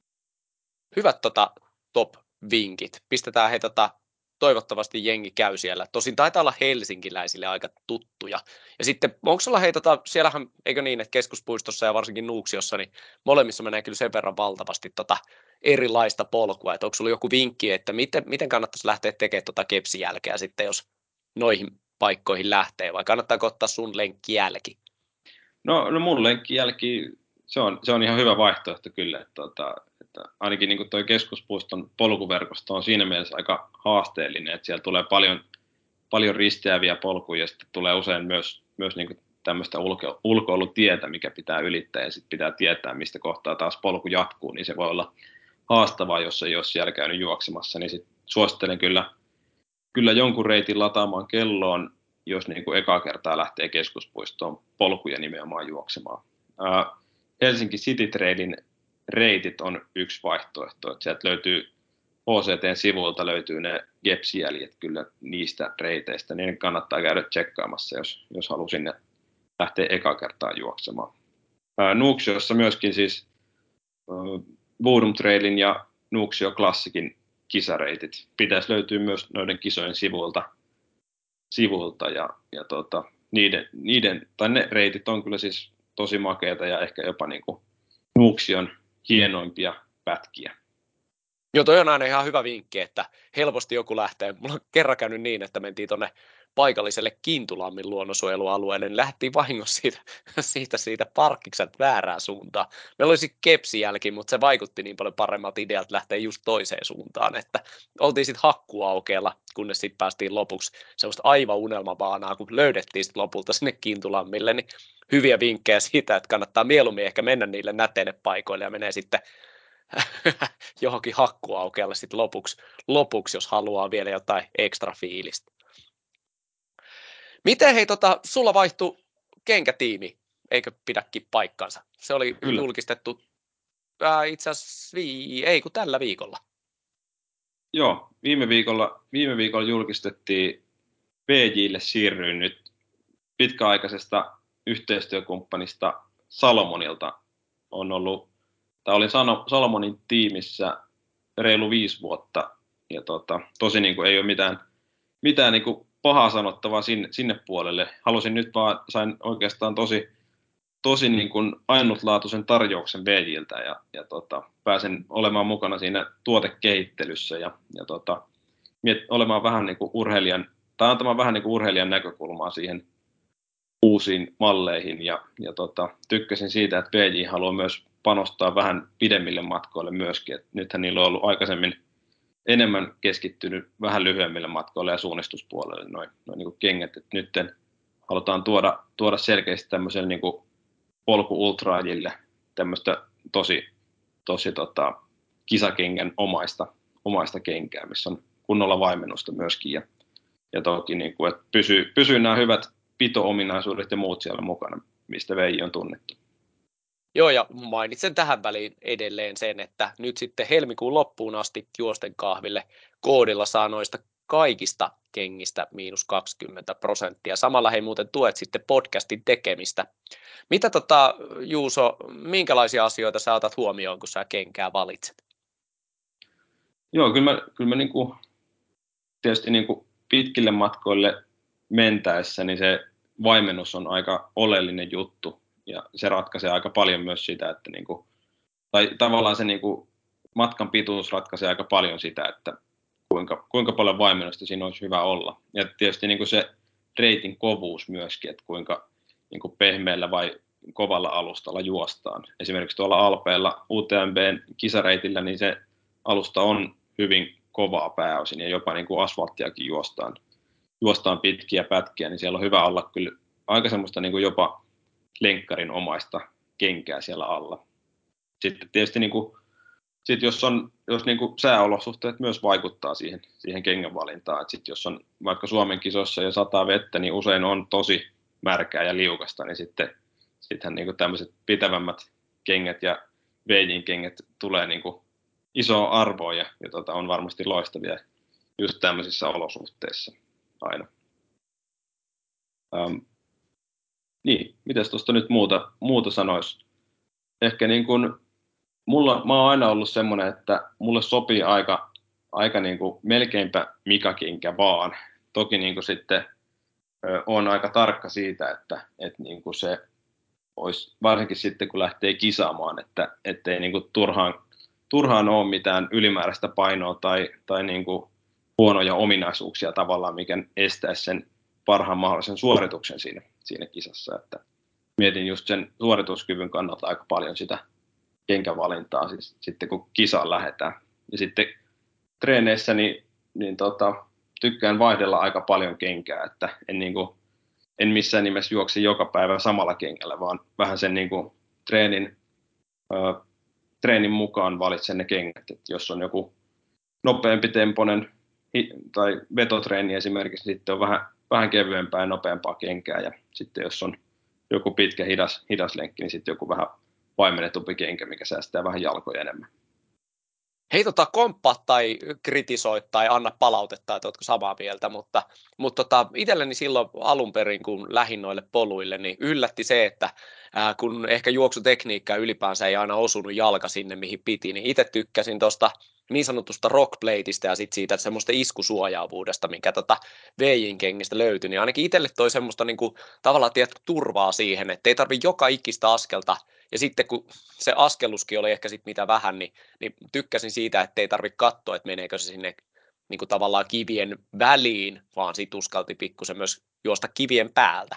Speaker 1: Hyvät top-vinkit. Pistetään he toivottavasti jengi käy siellä. Tosin taitaa olla helsinkiläisille aika tuttuja. Ja sitten, onko sulla siellähän, eikö niin, että keskuspuistossa ja varsinkin Nuuksiossa, niin molemmissa menee kyllä sen verran valtavasti erilaista polkua, että onko sulla joku vinkki, että miten kannattaisi lähteä tekemään kepsijälkeä sitten, jos noihin paikkoihin lähtee, vai kannattaako ottaa sun lenkkijälki?
Speaker 2: No mun lenkkijälki, se on ihan hyvä vaihtoehto kyllä, että ainakin niin toi keskuspuiston polkuverkosto on siinä mielessä aika haasteellinen, että siellä tulee paljon risteäviä polkuja ja sitten tulee usein myös niin tämmöistä ulkoilutietä, mikä pitää ylittää ja sitten pitää tietää, mistä kohtaa taas polku jatkuu, niin se voi olla haastavaa, jos ei ole siellä käynyt juoksemassa, niin sitten suosittelen kyllä jonkun reitin lataamaan kelloon, jos niin kuin eka kertaa lähtee keskuspuistoon polkuja nimenomaan juoksemaan. Helsinki City Trailin reitit on yksi vaihtoehto, että sieltä löytyy HCT:n sivuilta löytyy ne gepsijäljet kyllä niistä reiteistä, niin kannattaa käydä tsekkaamassa, jos haluaa sinne lähteä eka kertaa juoksemaan. Nuuksiossa myöskin siis Bodom Trailin ja Nuuksio Classicin kisareitit pitäisi löytyä myös noiden kisojen sivuilta ja ne reitit on kyllä siis tosi makeita ja ehkä jopa niin kuin Nuuksion hienoimpia pätkiä.
Speaker 1: Joo, toi on aina ihan hyvä vinkki, että helposti joku lähtee. Mulla on kerran käynyt niin, että mentiin tuonne paikalliselle Kintulammin luonnonsuojelualueelle, niin lähdettiin vahingossa siitä parkkikselta väärään suuntaan. Meillä olisi kepsijälki, mutta se vaikutti niin paljon paremmalta idealta lähteä just toiseen suuntaan, että oltiin sitten hakkuaukeella, kunnes sitten päästiin lopuksi semmoista aivan unelmabaanaa, kun löydettiin sitten lopulta sinne Kintulammille, niin hyviä vinkkejä siitä, että kannattaa mieluummin ehkä mennä niille näteille paikoille ja menee sitten johonkin hakkuaukealle sitten lopuksi, jos haluaa vielä jotain ekstra fiilistä. Miten hei, sulla vaihtui kenkätiimi, eikö pidäkin paikkansa? Se oli
Speaker 2: Kyllä.
Speaker 1: julkistettu itse asiassa tällä viikolla.
Speaker 2: Joo, viime viikolla julkistettiin VJ:lle siirryin nyt pitkäaikaisesta yhteistyökumppanista Salomonilta. Olin Salomonin tiimissä reilu 5 vuotta ja tosi niin kuin ei ole mitään niin kuin pahaa sanottavaa sinne puolelle. Halusin nyt vaan, sain oikeastaan tosi niin kuin ainutlaatuisen tarjouksen VJ:ltä ja pääsen olemaan mukana siinä tuotekehittelyssä ja olemaan vähän niin kuin antamaan vähän niin kuin urheilijan näkökulmaa siihen uusiin malleihin ja tykkäsin siitä, että VJ haluaa myös panostaa vähän pidemmille matkoille myöskin, että nythän niillä on ollut aikaisemmin enemmän keskittynyt vähän lyhyemmille matkoille ja suunnistuspuolelle noin niin kuin kengät, että nyt halutaan tuoda selkeästi tämmöiselle niin kuin polku-ultraajille tämmöistä tosi kisakengän omaista kenkää, missä on kunnolla vaimennusta myöskin ja toki niin kuin, että pysyy nämä hyvät pito-ominaisuudet ja muut siellä mukana, mistä VJ on tunnettu.
Speaker 1: Joo, ja mainitsen tähän väliin edelleen sen, että nyt sitten helmikuun loppuun asti Juosten kahville koodilla saa noista kaikista kengistä -20%. Samalla he muuten tuet sitten podcastin tekemistä. Mitä Juuso, minkälaisia asioita sä otat huomioon, kun sä kenkää valitset?
Speaker 2: Joo, kyllä mä niin kuin, tietysti niin kuin pitkille matkoille mentäessä, niin se vaimennus on aika oleellinen juttu. ja se ratkaisee aika paljon myös sitä, että niin kuin, tai tavallaan se niin kuin, matkan pituus ratkaisee aika paljon sitä, että kuinka paljon vaimennusta siinä olisi hyvä olla. Ja tietysti niin kuin se reitin kovuus myöskin, että kuinka niin kuin pehmeällä vai kovalla alustalla juostaan. Esimerkiksi tuolla Alpeilla UTMBn kisareitillä, niin se alusta on hyvin kovaa pääosin ja jopa niin kuin asfalttiakin juostaan pitkiä pätkiä, niin siellä on hyvä olla kyllä aika semmoista niin kuin jopa lenkkarin omaista kenkää siellä alla. Sitten tietysti niin kuin, jos niin kuin sääolosuhteet myös vaikuttaa siihen kengän valintaan, että sitten jos on vaikka Suomen kisossa ja sataa vettä, niin usein on tosi märkää ja liukasta, niin sittenhän niin kuin tämmöiset pitävämmät kengät ja VJ:n kengät tulee niin kuin isoa arvoa ja on varmasti loistavia just tämmöisissä olosuhteissa aina. Niin, mitäs tuosta nyt muuta sanoisi? Ehkä niin kuin, mä oon aina ollut semmoinen, että mulle sopii aika niin kuin melkeinpä mikäkinkä vaan. Toki niin kuin sitten on aika tarkka siitä, että niin kuin se olisi, varsinkin sitten kun lähtee kisaamaan, että ettei niin kuin turhaan ole mitään ylimääräistä painoa tai niin kuin huonoja ominaisuuksia tavallaan, mikä estäisi sen parhaan mahdollisen suorituksen siinä kisassa. Että mietin just sen suorituskyvyn kannalta aika paljon sitä kenkävalintaa siis, sitten kun kisaan lähdetään. Ja sitten treeneissä niin tykkään vaihdella aika paljon kenkää, että en missään nimessä juoksi joka päivä samalla kengällä, vaan vähän sen niin kuin treenin mukaan valitsen ne kengät. Et jos on joku nopeampi temponen tai vetotreeni esimerkiksi, niin sitten on vähän kevyempää ja nopeampaa kenkää. Ja sitten jos on joku pitkä hidas lenkki, niin sitten joku vähän vaimennetumpi kenkä, mikä säästää vähän jalkoja enemmän.
Speaker 1: Hei, komppaa tai kritisoi tai anna palautetta, että oletko samaa mieltä, mutta itselleni silloin alun perin, kun lähdin noille poluille, niin yllätti se, että kun ehkä juoksutekniikka ylipäänsä ei aina osunut jalka sinne, mihin piti, niin itse tykkäsin tuosta niin sanotusta rockplateista ja sitten siitä semmoista iskusuojaavuudesta, mikä VJ:n kengistä löytyi, niin ainakin itselle toi semmoista niinku, tavallaan turvaa siihen, että ei tarvi joka ikistä askelta, ja sitten kun se askeluskin oli ehkä sitten mitä vähän, niin tykkäsin siitä, että ei tarvitse katsoa, että meneekö se sinne niin kuin tavallaan kivien väliin, vaan sit uskalti pikkusen myös juosta kivien päältä.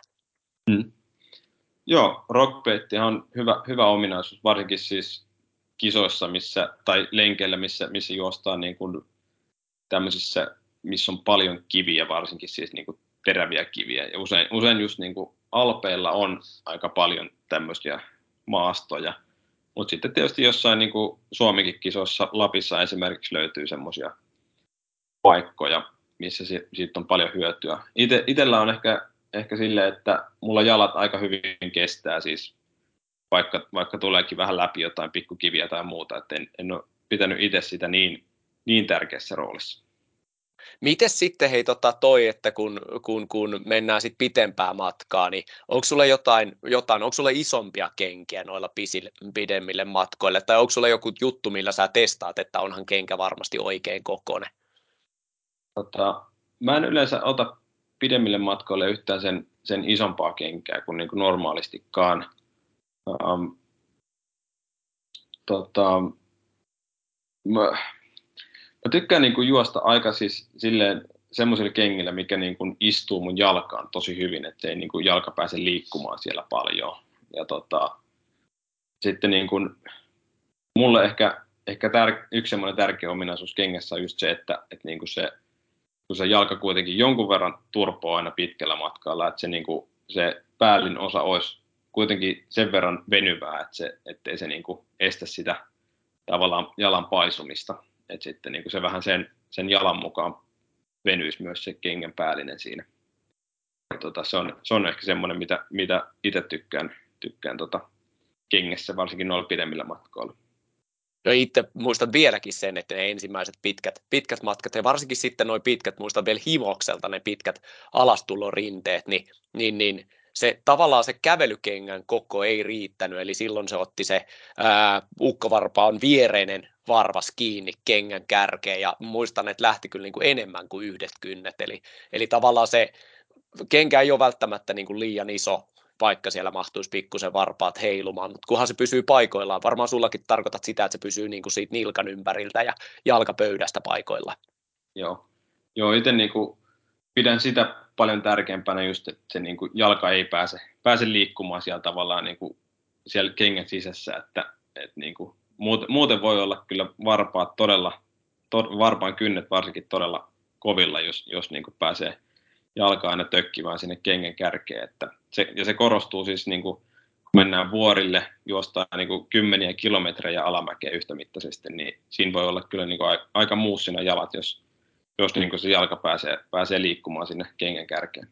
Speaker 2: Joo, rockbait on hyvä ominaisuus, varsinkin siis kisoissa tai lenkeillä, missä juostaan niin kuin tämmöisissä, missä on paljon kiviä, varsinkin siis niin kuin teräviä kiviä. Ja usein just niin kuin Alpeilla on aika paljon tämmöisiä maastoja. Mutta sitten tietysti jossain niin kuin Suomenkin kisoissa Lapissa esimerkiksi löytyy semmoisia paikkoja, missä siitä on paljon hyötyä. Itellä on ehkä silleen, että mulla jalat aika hyvin kestää siis, vaikka tuleekin vähän läpi jotain pikkukiviä tai muuta, että en ole pitänyt itse sitä niin tärkeässä roolissa.
Speaker 1: Mites sitten hei että kun mennään sitten pitempää matkaa, niin onko sulle onko sulle isompia kenkiä noilla pidemmille matkoille, tai onko sulle joku juttu, millä sä testaat, että onhan kenkä varmasti oikein kokoinen?
Speaker 2: Mä en yleensä ota pidemmille matkoille yhtään sen isompaa kenkää kuin niinku normaalistikaan. Mä tykkään niinku juosta aika siis silleen semmoisilla kengillä, mikä niinku istuu mun jalkaan tosi hyvin, ettei niinku jalka pääse liikkumaan siellä paljon. Ja sitten niinku, mulle ehkä yksi semmoinen tärkeä ominaisuus kengässä on just se, että niinku kun se jalka kuitenkin jonkun verran turpoaa aina pitkällä matkalla, että se päällin osa olisi kuitenkin sen verran venyvää, ettei se niinku estä sitä tavallaan jalan paisumista. Että sitten niin kuin se vähän sen jalan mukaan venyisi myös se kengän päällinen siinä. Se on ehkä semmoinen, mitä itse tykkään kengessä, varsinkin noilla pidemmillä matkoilla.
Speaker 1: Ja itse muistan vieläkin sen, että ne ensimmäiset pitkät matkat, ja varsinkin sitten nuo pitkät, muistan vielä Himokselta ne pitkät alastulorinteet, niin se tavallaan se kävelykengän koko ei riittänyt, eli silloin se otti se ukkovarpaan viereinen varvas kiinni kengän kärkeen, ja muistan, että lähti kyllä niin kuin enemmän kuin yhdet kynnet, eli tavallaan se kenkä ei ole välttämättä niin kuin liian iso paikka siellä mahtuisi pikkusen varpaat heilumaan, mutta kunhan se pysyy paikoillaan. Varmaan sullakin tarkoitat sitä, että se pysyy niin kuin siitä nilkan ympäriltä ja jalkapöydästä paikoillaan.
Speaker 2: Joo, itse niin kuin pidän sitä paljon tärkeämpänä just, että se niin kuin jalka ei pääse liikkumaan siellä tavallaan niin kuin siellä kengän sisässä, että niin kuin muuten voi olla kyllä varpaat varpaan kynnet varsinkin todella kovilla, jos niin kuin pääsee jalka aina tökkimään sinne kengän kärkeen, että se korostuu siis niin kuin, kun mennään vuorille, juostaan niin kuin kymmeniä kilometrejä alamäkeä yhtämittaisesti, niin siinä voi olla kyllä niin kuin aika muussina jalat, jos niin kuin se jalka pääsee liikkumaan sinne kengän kärkeen.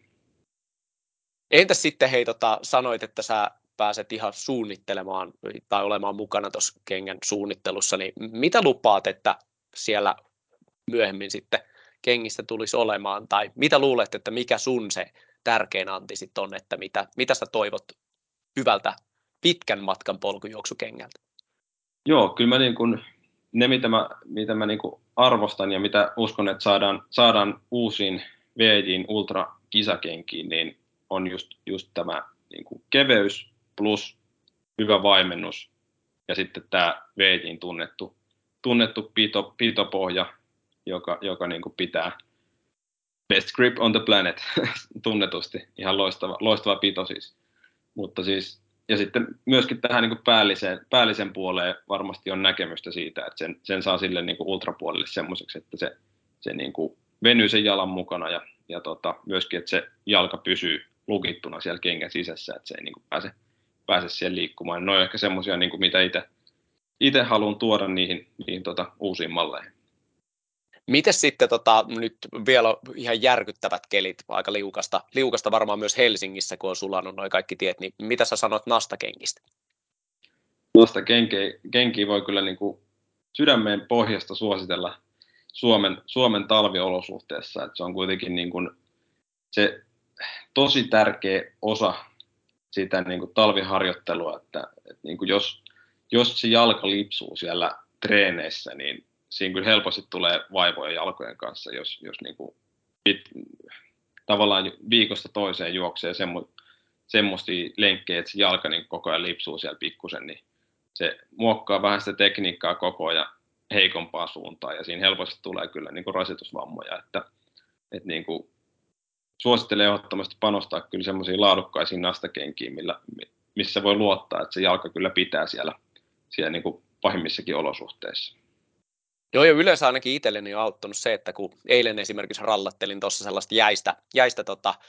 Speaker 1: Entäs sitten hei, sanoit, että sä pääset ihan suunnittelemaan tai olemaan mukana tuossa kengän suunnittelussa, niin mitä lupaat, että siellä myöhemmin sitten kengistä tulisi olemaan, tai mitä luulet, että mikä sun se tärkein anti sitten on, että mitä sä toivot hyvältä pitkän matkan polkujuoksukengältä?
Speaker 2: Joo, kyllä mä niin kuin, mitä mä niin kuin arvostan ja mitä uskon, että saadaan uusiin VJ:n Ultra-kisakenkiin, niin on just tämä niin kuin keveys plus hyvä vaimennus ja sitten tämä VJ:n tunnettu pitopohja, joka niin kuin pitää best grip on the planet tunnetusti, ihan loistava pito siis. Mutta siis, ja sitten myöskin tähän niin kuin päällisen puoleen varmasti on näkemystä siitä, että sen saa sille niin kuin ultrapuolelle semmoiseksi, että se niin kuin venyy sen jalan mukana ja myöskin, että se jalka pysyy lukittuna siellä kengän sisässä, että se ei niin kuin pääse siellä liikkumaan. Ne on ehkä semmoisia, niin kuin mitä itse haluan tuoda niihin uusiin malleihin.
Speaker 1: Mites sitten nyt vielä ihan järkyttävät kelit, aika liukasta varmaan myös Helsingissä, kun on sulannut noin kaikki tiet, niin mitä sä sanot nastakengistä?
Speaker 2: Tuosta kenkiä voi kyllä niin kuin sydämeen pohjasta suositella Suomen talviolosuhteessa, että se on kuitenkin niin kuin se tosi tärkeä osa sitä niin kuin talviharjoittelua, että niin kuin jos se jalka lipsuu siellä treeneissä, niin siinä kyllä helposti tulee vaivoja jalkojen kanssa, jos niin kuin tavallaan viikosta toiseen juoksee semmoisia lenkkejä, että se jalka niin koko ajan lipsuu siellä pikkusen, niin se muokkaa vähän sitä tekniikkaa koko ajan heikompaa suuntaan, ja siinä helposti tulee kyllä niin kuin rasitusvammoja, että niin kuin suosittelen ehdottomasti panostaa kyllä semmoisiin laadukkaisiin nastakenkiin, missä voi luottaa, että se jalka kyllä pitää siellä niin kuin pahimmissakin olosuhteissa.
Speaker 1: Joo, ja yleensä ainakin itselleni on auttanut se, että kun eilen esimerkiksi rallattelin tuossa sellaista jäistä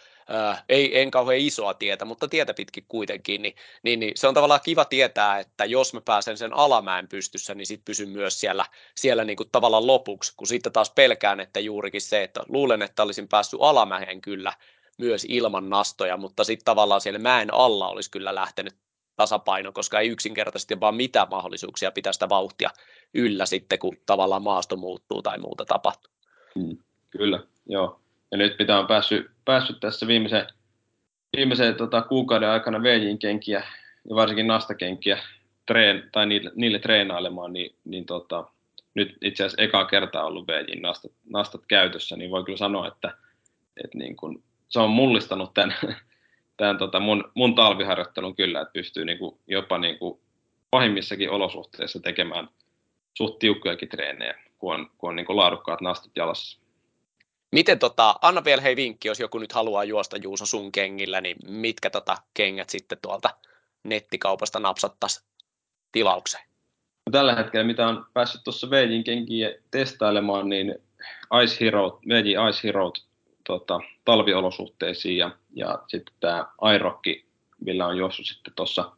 Speaker 1: en kauhean isoa tietä, mutta tietä pitkin kuitenkin, niin se on tavallaan kiva tietää, että jos mä pääsen sen alamäen pystyssä, niin sit pysyn myös siellä niin kuin tavallaan lopuksi, kun sitten taas pelkään, että juurikin se, että luulen, että olisin päässyt alamäen kyllä myös ilman nastoja, mutta sitten tavallaan siellä mäen alla olisi kyllä lähtenyt tasapaino, koska ei yksinkertaisesti vaan mitään mahdollisuuksia pitää sitä vauhtia yllä sitten, kun tavallaan maasto muuttuu tai muuta tapahtuu.
Speaker 2: Kyllä, joo. Ja nyt mitä on päässyt tässä viimeisen kuukauden aikana VJ:n kenkiä ja varsinkin nastakenkiä niille treenailemaan, niin nyt itse asiassa ekaa kertaa ollut VJ:n nastat käytössä, niin voi kyllä sanoa, että niin kun, se on mullistanut tämän mun talviharjoittelun kyllä, että pystyy niin kuin, jopa niin kuin, pahimmissakin olosuhteissa tekemään suht tiukkojakin treenejä, kun on niin kuin, laadukkaat nastat jalassa.
Speaker 1: Miten anna vielä hei vinkki, jos joku nyt haluaa juosta Juuso sun kengillä, niin mitkä kengät sitten tuolta nettikaupasta napsattaisiin tilaukseen?
Speaker 2: No, tällä hetkellä, mitä on päässyt tuossa VJ:n kenkiä testailemaan, niin VJ Ice Hero talviolosuhteisiin ja sitten tämä iRock, millä on juossut sitten tuossa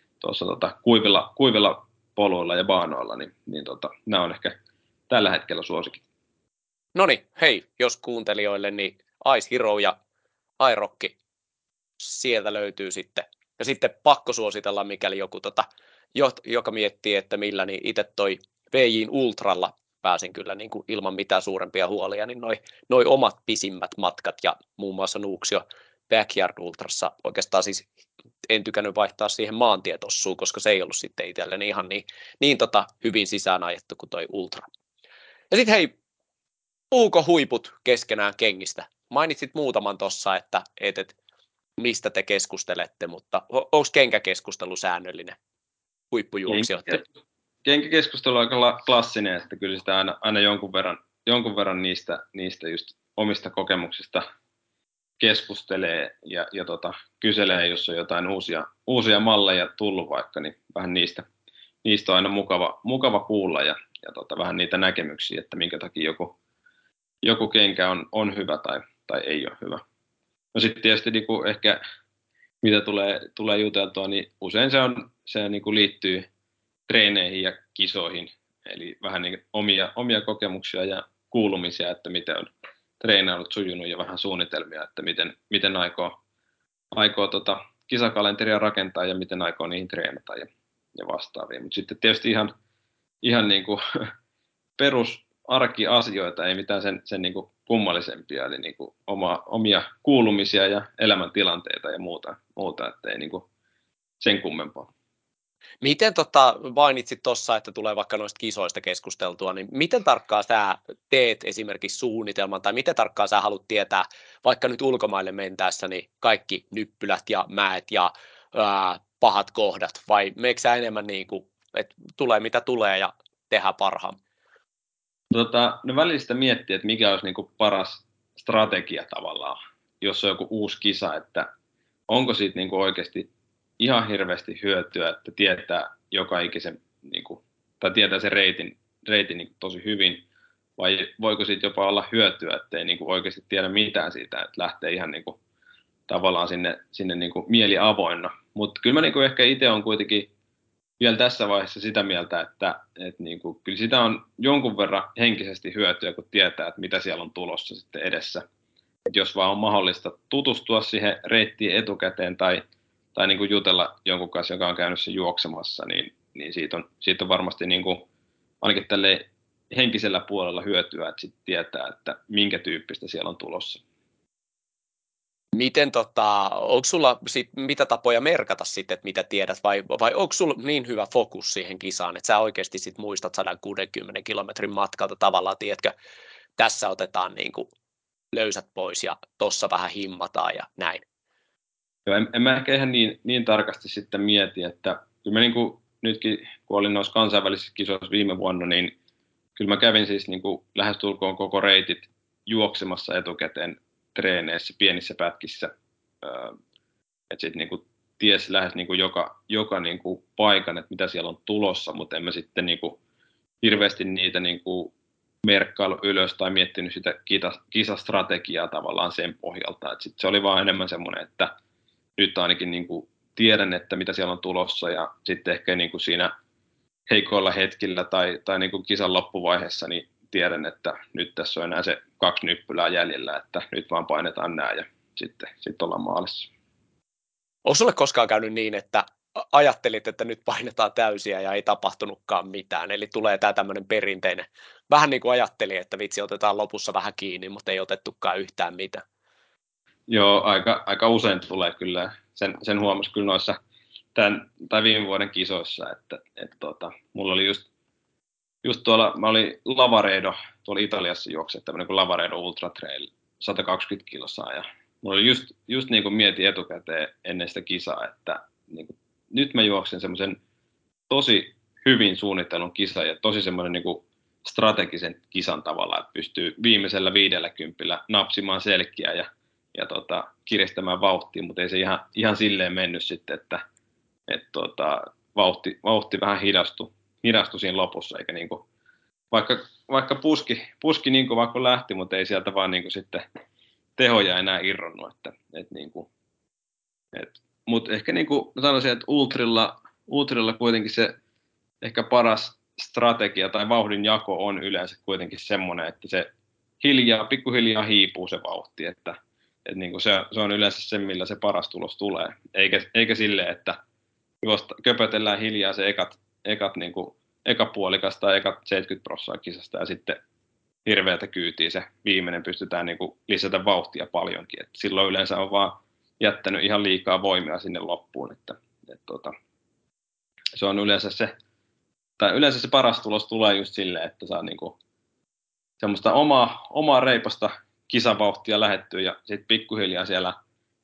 Speaker 2: kuivilla poluilla ja baanoilla, niin nämä on ehkä tällä hetkellä suosikit.
Speaker 1: No niin, hei, jos kuuntelijoille, niin Ice Hero ja iRock sieltä löytyy sitten. Ja sitten pakko suositella, mikäli joku, joka miettii, että millä, niin itse toi VJ:n Ultralla pääsin kyllä niin kuin ilman mitään suurempia huolia, niin noi omat pisimmät matkat ja muun muassa Nuuksio Backyard Ultrassa oikeastaan siis en tykännyt vaihtaa siihen maantietossuun, koska se ei ollut sitten itselleni ihan niin hyvin sisään ajettu kuin toi Ultra. Ja sitten hei, puhuuko huiput keskenään kengistä? Mainitsit muutaman tossa, että mistä te keskustelette, mutta onko kenkäkeskustelu säännöllinen huippujuoksijoiden?
Speaker 2: Kenkäkeskustelu on aika klassinen, että kyllä sitä aina jonkun verran niistä just omista kokemuksista keskustelee ja kyselee, jos on jotain uusia malleja tullut vaikka, niin vähän niistä on aina mukava kuulla ja vähän niitä näkemyksiä, että minkä takia joku kenkä on hyvä tai ei ole hyvä. No sitten tietysti niin kuin ehkä mitä tulee juteltua, niin usein se niin kuin liittyy treeneihin ja kisoihin, eli vähän niin omia kokemuksia ja kuulumisia, että miten on treenailut sujunut ja vähän suunnitelmia, että miten aikoo kisakalenteria rakentaa ja miten aikoo niihin treenata ja vastaavia. Mutta sitten tietysti ihan niin kuin perusarkiasioita, ei mitään sen niin kuin kummallisempia, eli niin kuin omia kuulumisia ja elämäntilanteita ja muuta että ei niin kuin sen kummempaa.
Speaker 1: Miten mainitsit tuossa, että tulee vaikka noista kisoista keskusteltua, niin miten tarkkaan sä teet esimerkiksi suunnitelman, tai miten tarkkaan sä haluat tietää, vaikka nyt ulkomaille mentäessä, niin kaikki nyppylät ja mäet ja pahat kohdat, vai meikö sä enemmän niin kuin, että tulee mitä tulee ja tehdään parhaan?
Speaker 2: No välistä miettiä, että mikä olisi niin kuin paras strategia tavallaan, jos on joku uusi kisa, että onko siitä niin kuin oikeasti ihan hirveästi hyötyä, että tietää joka ikisen, niin kuin, tai tietää sen reitin niin kuin tosi hyvin, vai voiko siitä jopa olla hyötyä, että ei niin kuin oikeasti tiedä mitään siitä, että lähtee ihan niin kuin, tavallaan sinne niin kuin mieli avoinna. Mutta kyllä mä niin kuin ehkä itse on kuitenkin vielä tässä vaiheessa sitä mieltä, että niin kuin, kyllä sitä on jonkun verran henkisesti hyötyä, kun tietää, että mitä siellä on tulossa sitten edessä. Et jos vaan on mahdollista tutustua siihen reittiin etukäteen tai niin kuin jutella jonkun kanssa, joka on käynyt sen juoksemassa, niin siitä on varmasti niin kuin, ainakin tälle henkisellä puolella hyötyä, että sitten tietää, että minkä tyyppistä siellä on tulossa.
Speaker 1: Miten onko sulla mitä tapoja merkata sitten, että mitä tiedät, vai onko sulla niin hyvä fokus siihen kisaan, että sä oikeasti sit muistat 160 kilometrin matkalta tavallaan, tiedätkö, tässä otetaan niin kuin löysät pois ja tossa vähän himmataan ja näin.
Speaker 2: Joo, en mä ehkä ihan niin tarkasti sitten mieti, että kyllä mä niin kuin nytkin, kun olin noissa kansainvälisissä kisoissa viime vuonna, niin kyllä mä kävin siis niin kuin lähestulkoon koko reitit juoksemassa etukäteen treeneissä, pienissä pätkissä. Että sitten niin kuin ties lähes niin kuin joka niin kuin paikan, että mitä siellä on tulossa, mutta en mä sitten niin kuin hirveästi niitä niin kuin merkkailu ylös tai miettinyt sitä kisastrategiaa tavallaan sen pohjalta. Et sit se oli vaan enemmän semmoinen, että nyt ainakin niin kuin tiedän, että mitä siellä on tulossa ja sitten ehkä niin kuin siinä heikoilla hetkillä tai niin kuin kisan loppuvaiheessa niin tiedän, että nyt tässä on enää se 2 nyppylää jäljellä, että nyt vaan painetaan nämä ja sitten ollaan maalissa.
Speaker 1: Onko sulle koskaan käynyt niin, että ajattelit, että nyt painetaan täysiä ja ei tapahtunutkaan mitään, eli tulee tämä tämmöinen perinteinen, vähän niin kuin ajattelin, että vitsi otetaan lopussa vähän kiinni, mutta ei otettukaan yhtään mitään.
Speaker 2: Joo, aika usein tulee kyllä. Sen huomasi kyllä noissa viime vuoden kisoissa, että mulla oli just tuolla, mä olin Lavaredo, tuolla Italiassa juokse, tämmöinen kuin Lavaredo Ultra Trail, 120 kilsaa, ja mulla oli just niin kuin mietin etukäteen ennen sitä kisaa, että niin kuin, nyt mä juoksen semmoisen tosi hyvin suunnittelun kisan ja tosi semmoinen niin kuin strategisen kisan tavalla, että pystyy viimeisellä 50 napsimaan selkiä ja kiristämään vauhtia, mutta ei se ihan silleen mennyt sitten, että vauhti vähän hidastui siinä lopussa, eikä niin kuin, vaikka puski niin kuin vaikka lähti, mutta ei sieltä vaan niin kuin sitten tehoja enää irronnut, mutta ehkä niin kuin sanoisin, että ultrilla kuitenkin se ehkä paras strategia tai vauhdin jako on yleensä kuitenkin semmoinen, että se pikkuhiljaa hiipuu se vauhti, että niin kuin se on yleensä se, millä se paras tulos tulee, eikä silleen, että köpötellään hiljaa se ekat niin kuin, eka puolikas tai ekat 70% kisasta ja sitten hirveätä kyytiä se viimeinen pystytään niin kuin lisätä vauhtia paljonkin. Et silloin yleensä on vaan jättänyt ihan liikaa voimia sinne loppuun. Se on yleensä se paras tulos tulee just silleen, että saa niin kuin semmoista omaa reipasta kisavauhtia lähettyä ja sitten pikkuhiljaa siellä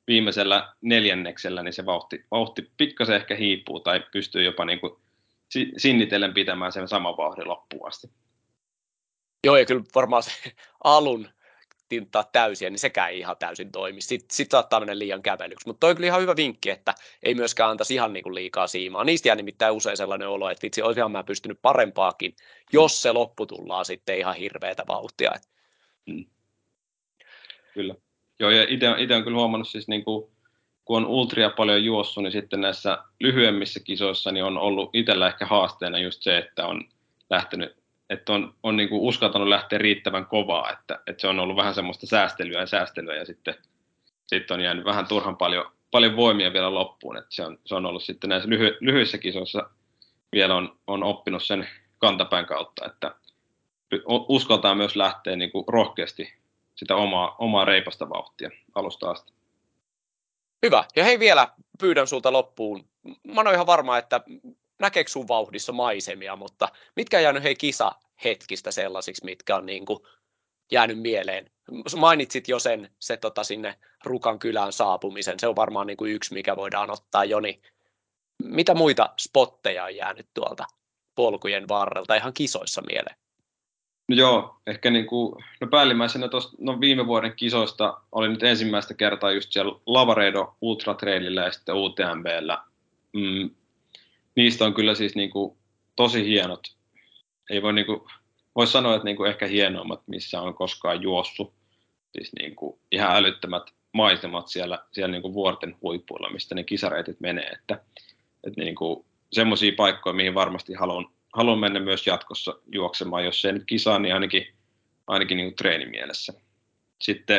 Speaker 2: viimeisellä neljänneksellä niin se vauhti pikkasen ehkä hiipuu tai pystyy jopa niin kuin sinnitellen pitämään sen saman vauhdin loppuun asti.
Speaker 1: Joo, ja kyllä varmaan se alun tinttaa täysiä, niin sekään ei ihan täysin toimi. Sitten saattaa mennä liian kävelyksi. Mutta toi on kyllä ihan hyvä vinkki, että ei myöskään antaisi ihan niin kuin liikaa siimaa. Niistä jää nimittäin usein sellainen olo, että vitsi, olisinhan mä pystynyt parempaakin, jos se loppu tullaan sitten ihan hirveätä vauhtia.
Speaker 2: Mm. Kyllä. Joo, ja itse on kyllä huomannut siis niin kuin, kun on ultria paljon juossut, niin sitten näissä lyhyemmissä kisoissa niin on ollut itsellä ehkä haasteena just se, että on lähtenyt, että on niin kuin uskaltanut lähteä riittävän kovaa, että se on ollut vähän semmoista säästelyä ja sitten on jäänyt vähän turhan paljon voimia vielä loppuun, että se on ollut sitten näissä lyhyissä kisoissa vielä on oppinut sen kantapään kautta, että uskaltaa myös lähteä niin kuin rohkeasti sitä omaa reipasta vauhtia alusta asti.
Speaker 1: Hyvä. Ja hei vielä pyydän sulta loppuun. Mä oon ihan varma, että näkeekö sun vauhdissa maisemia, mutta mitkä on jäänyt hei kisahetkistä sellaisiksi, mitkä on niin kuin jäänyt mieleen? Mainitsit jo se sinne Rukan kylään saapumisen. Se on varmaan niin kuin yksi, mikä voidaan ottaa jo. Niin mitä muita spotteja on jäänyt tuolta polkujen varrelta ihan kisoissa mieleen?
Speaker 2: No joo, ehkä niin kuin, no päällimmäisenä tuosta viime vuoden kisoista oli nyt ensimmäistä kertaa just siellä Lavaredo Ultra Trailillä ja sitten UTMBllä. Niistä on kyllä siis niin kuin tosi hienot. Ei voi niin kuin, voi sanoa, että niin kuin ehkä hienoimmat, missä on koskaan juossut. Siis niin kuin ihan älyttömät maisemat siellä niin kuin vuorten huipuilla, mistä ne kisareitit menee. Että niin kuin semmoisia paikkoja, mihin varmasti haluan mennä myös jatkossa juoksemaan, jos ei nyt kisaa, niin ainakin niin kuin treenimielessä. Sitten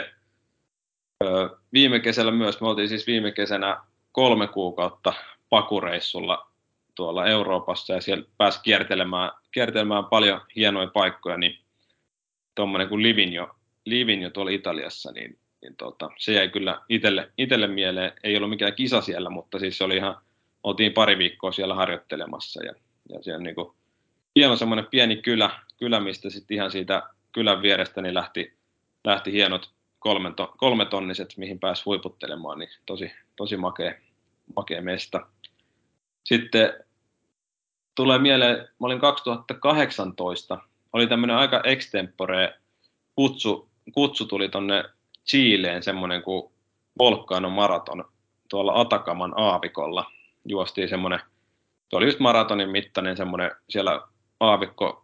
Speaker 2: viime kesällä myös, me oltiin siis viime kesänä 3 kuukautta pakureissulla tuolla Euroopassa ja siellä pääsi kiertelemään paljon hienoja paikkoja, niin tuommoinen kuin Livigno tuolla Italiassa, niin se jäi kyllä itselle mieleen. Ei ollut mikään kisa siellä, mutta siis se oli oltiin pari viikkoa siellä harjoittelemassa ja siellä niin kuin hieno semmoinen pieni kylä, mistä sitten ihan siitä kylän vierestä niin lähti hienot 3 tonniset, mihin pääsi huiputtelemaan, niin tosi makea mesta. Sitten tulee mieleen, mä olin 2018, oli tämmöinen aika extempore kutsu tuli tonne Chileen, semmoinen kuin Volcano Marathon tuolla Atakaman aavikolla. Juostiin semmoinen, se oli just maratonin mittainen semmoinen siellä aavikko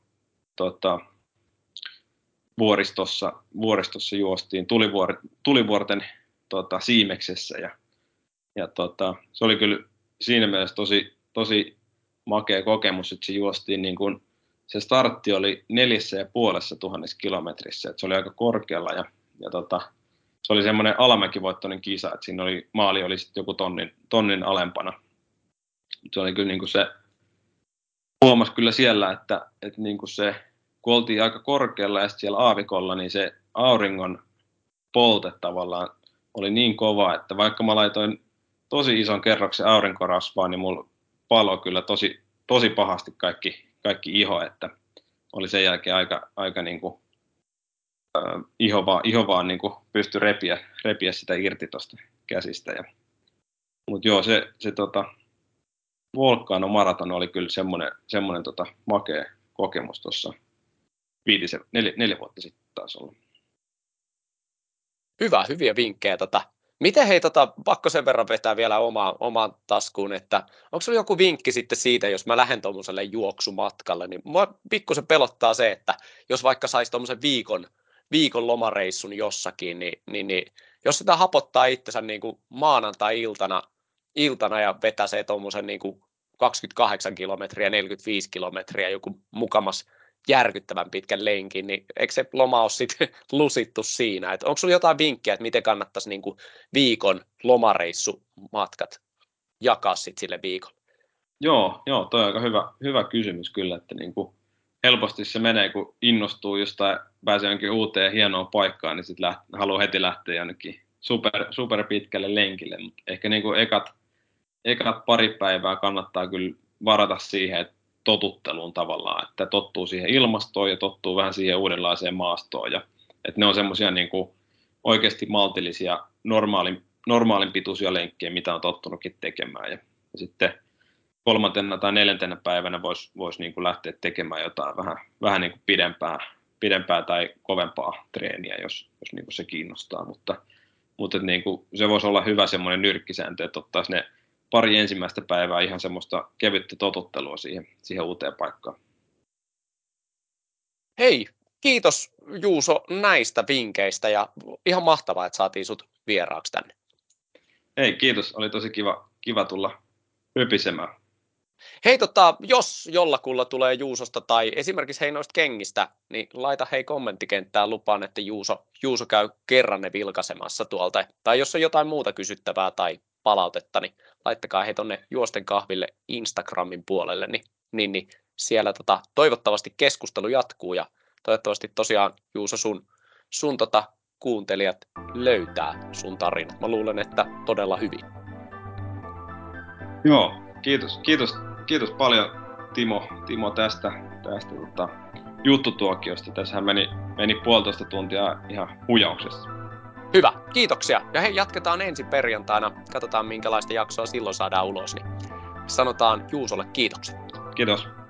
Speaker 2: vuoristossa juostiin tulivuorten siimeksessä ja se oli kyllä siinä mielessä tosi makea kokemus, että se juostiin niin kuin, se startti oli 4,5 kilometrissä, että se oli aika korkealla ja se oli semmoinen alamäkivoittoinen kisa, että siinä maali oli sitten joku tonnin alempana. Se oli kyllä niin kuin se, huomasi kyllä siellä, että niin kuin se, kun oltiin aika korkealla ja sitten siellä aavikolla, niin se auringon polte tavallaan oli niin kova, että vaikka mä laitoin tosi ison kerroksen aurinkorasvaa, niin mulla paloi kyllä tosi pahasti kaikki iho, että oli sen jälkeen aika niin kuin, iho vaan niin kuin pystyi repiä sitä irti tuosta käsistä. Mutta joo, se Volcano Marathon oli kyllä semmoinen makea kokemus tuossa 4 vuotta sitten taas ollut.
Speaker 1: Hyvä, hyviä vinkkejä. Miten hei, pakko sen verran vetää vielä omaan taskuun, että onko sinulla joku vinkki sitten siitä, jos mä lähden tuommoiselle juoksumatkalle, niin mua pikkusen pelottaa se, että jos vaikka saisi tuommoisen viikon lomareissun jossakin, niin jos sitä hapottaa itsensä niin kuin maanantai-iltana ja vetäsee tuommoisen niin kuin 28 kilometriä, 45 kilometriä, joku mukamas järkyttävän pitkän lenkin, niin eikö se loma ole sitten lusittu siinä? Onko sinulla jotain vinkkiä, että miten kannattaisi niin kuin viikon lomareissumatkat jakaa sitten sille viikolle?
Speaker 2: Joo, toi on aika hyvä kysymys kyllä, että niin kuin helposti se menee, kun innostuu jostain, pääsee jonkin uuteen hienoon paikkaan, niin sitten haluaa heti lähteä jonnekin super pitkälle lenkille, mutta ehkä niin kuin ekat pari päivää kannattaa kyllä varata siihen, että totutteluun tavallaan, että tottuu siihen ilmastoon ja tottuu vähän siihen uudenlaiseen maastoon. Ja, että ne on semmoisia niin kuin oikeasti maltillisia normaalin normaalin pituisia lenkkejä, mitä on tottunutkin tekemään. Ja sitten 3. tai 4. päivänä vois niin kuin lähteä tekemään jotain vähän niin kuin pidempää tai kovempaa treeniä, jos niin kuin se kiinnostaa. Mutta niin kuin se voisi olla hyvä semmoinen nyrkkisääntö, että ottaisi ne pari ensimmäistä päivää ihan semmoista kevyttä totuttelua siihen uuteen paikkaan.
Speaker 1: Hei, kiitos Juuso näistä vinkkeistä ja ihan mahtavaa, että saatiin sut vieraaksi tänne.
Speaker 2: Hei, kiitos. Oli tosi kiva tulla rypisemään.
Speaker 1: Hei, jos jollakulla tulee Juusosta tai esimerkiksi hei noista kengistä, niin laita hei kommenttikenttään, lupaan, että Juuso käy kerran ne vilkaisemassa tuolta. Tai jos on jotain muuta kysyttävää tai palautetta, niin laittakaa hei tonne Juosten kahville Instagramin puolelle, niin siellä toivottavasti keskustelu jatkuu ja toivottavasti tosiaan Juuso sun kuuntelijat löytää sun tarinat. Mä luulen, että todella hyvin.
Speaker 2: Joo, kiitos paljon Timo tästä juttutuokiosta. Tässähän meni 1,5 tuntia ihan hujauksessa.
Speaker 1: Hyvä, kiitoksia. Ja hei, jatketaan ensi perjantaina. Katsotaan minkälaista jaksoa silloin saadaan ulos. Niin sanotaan Juusolle kiitokset.
Speaker 2: Kiitos.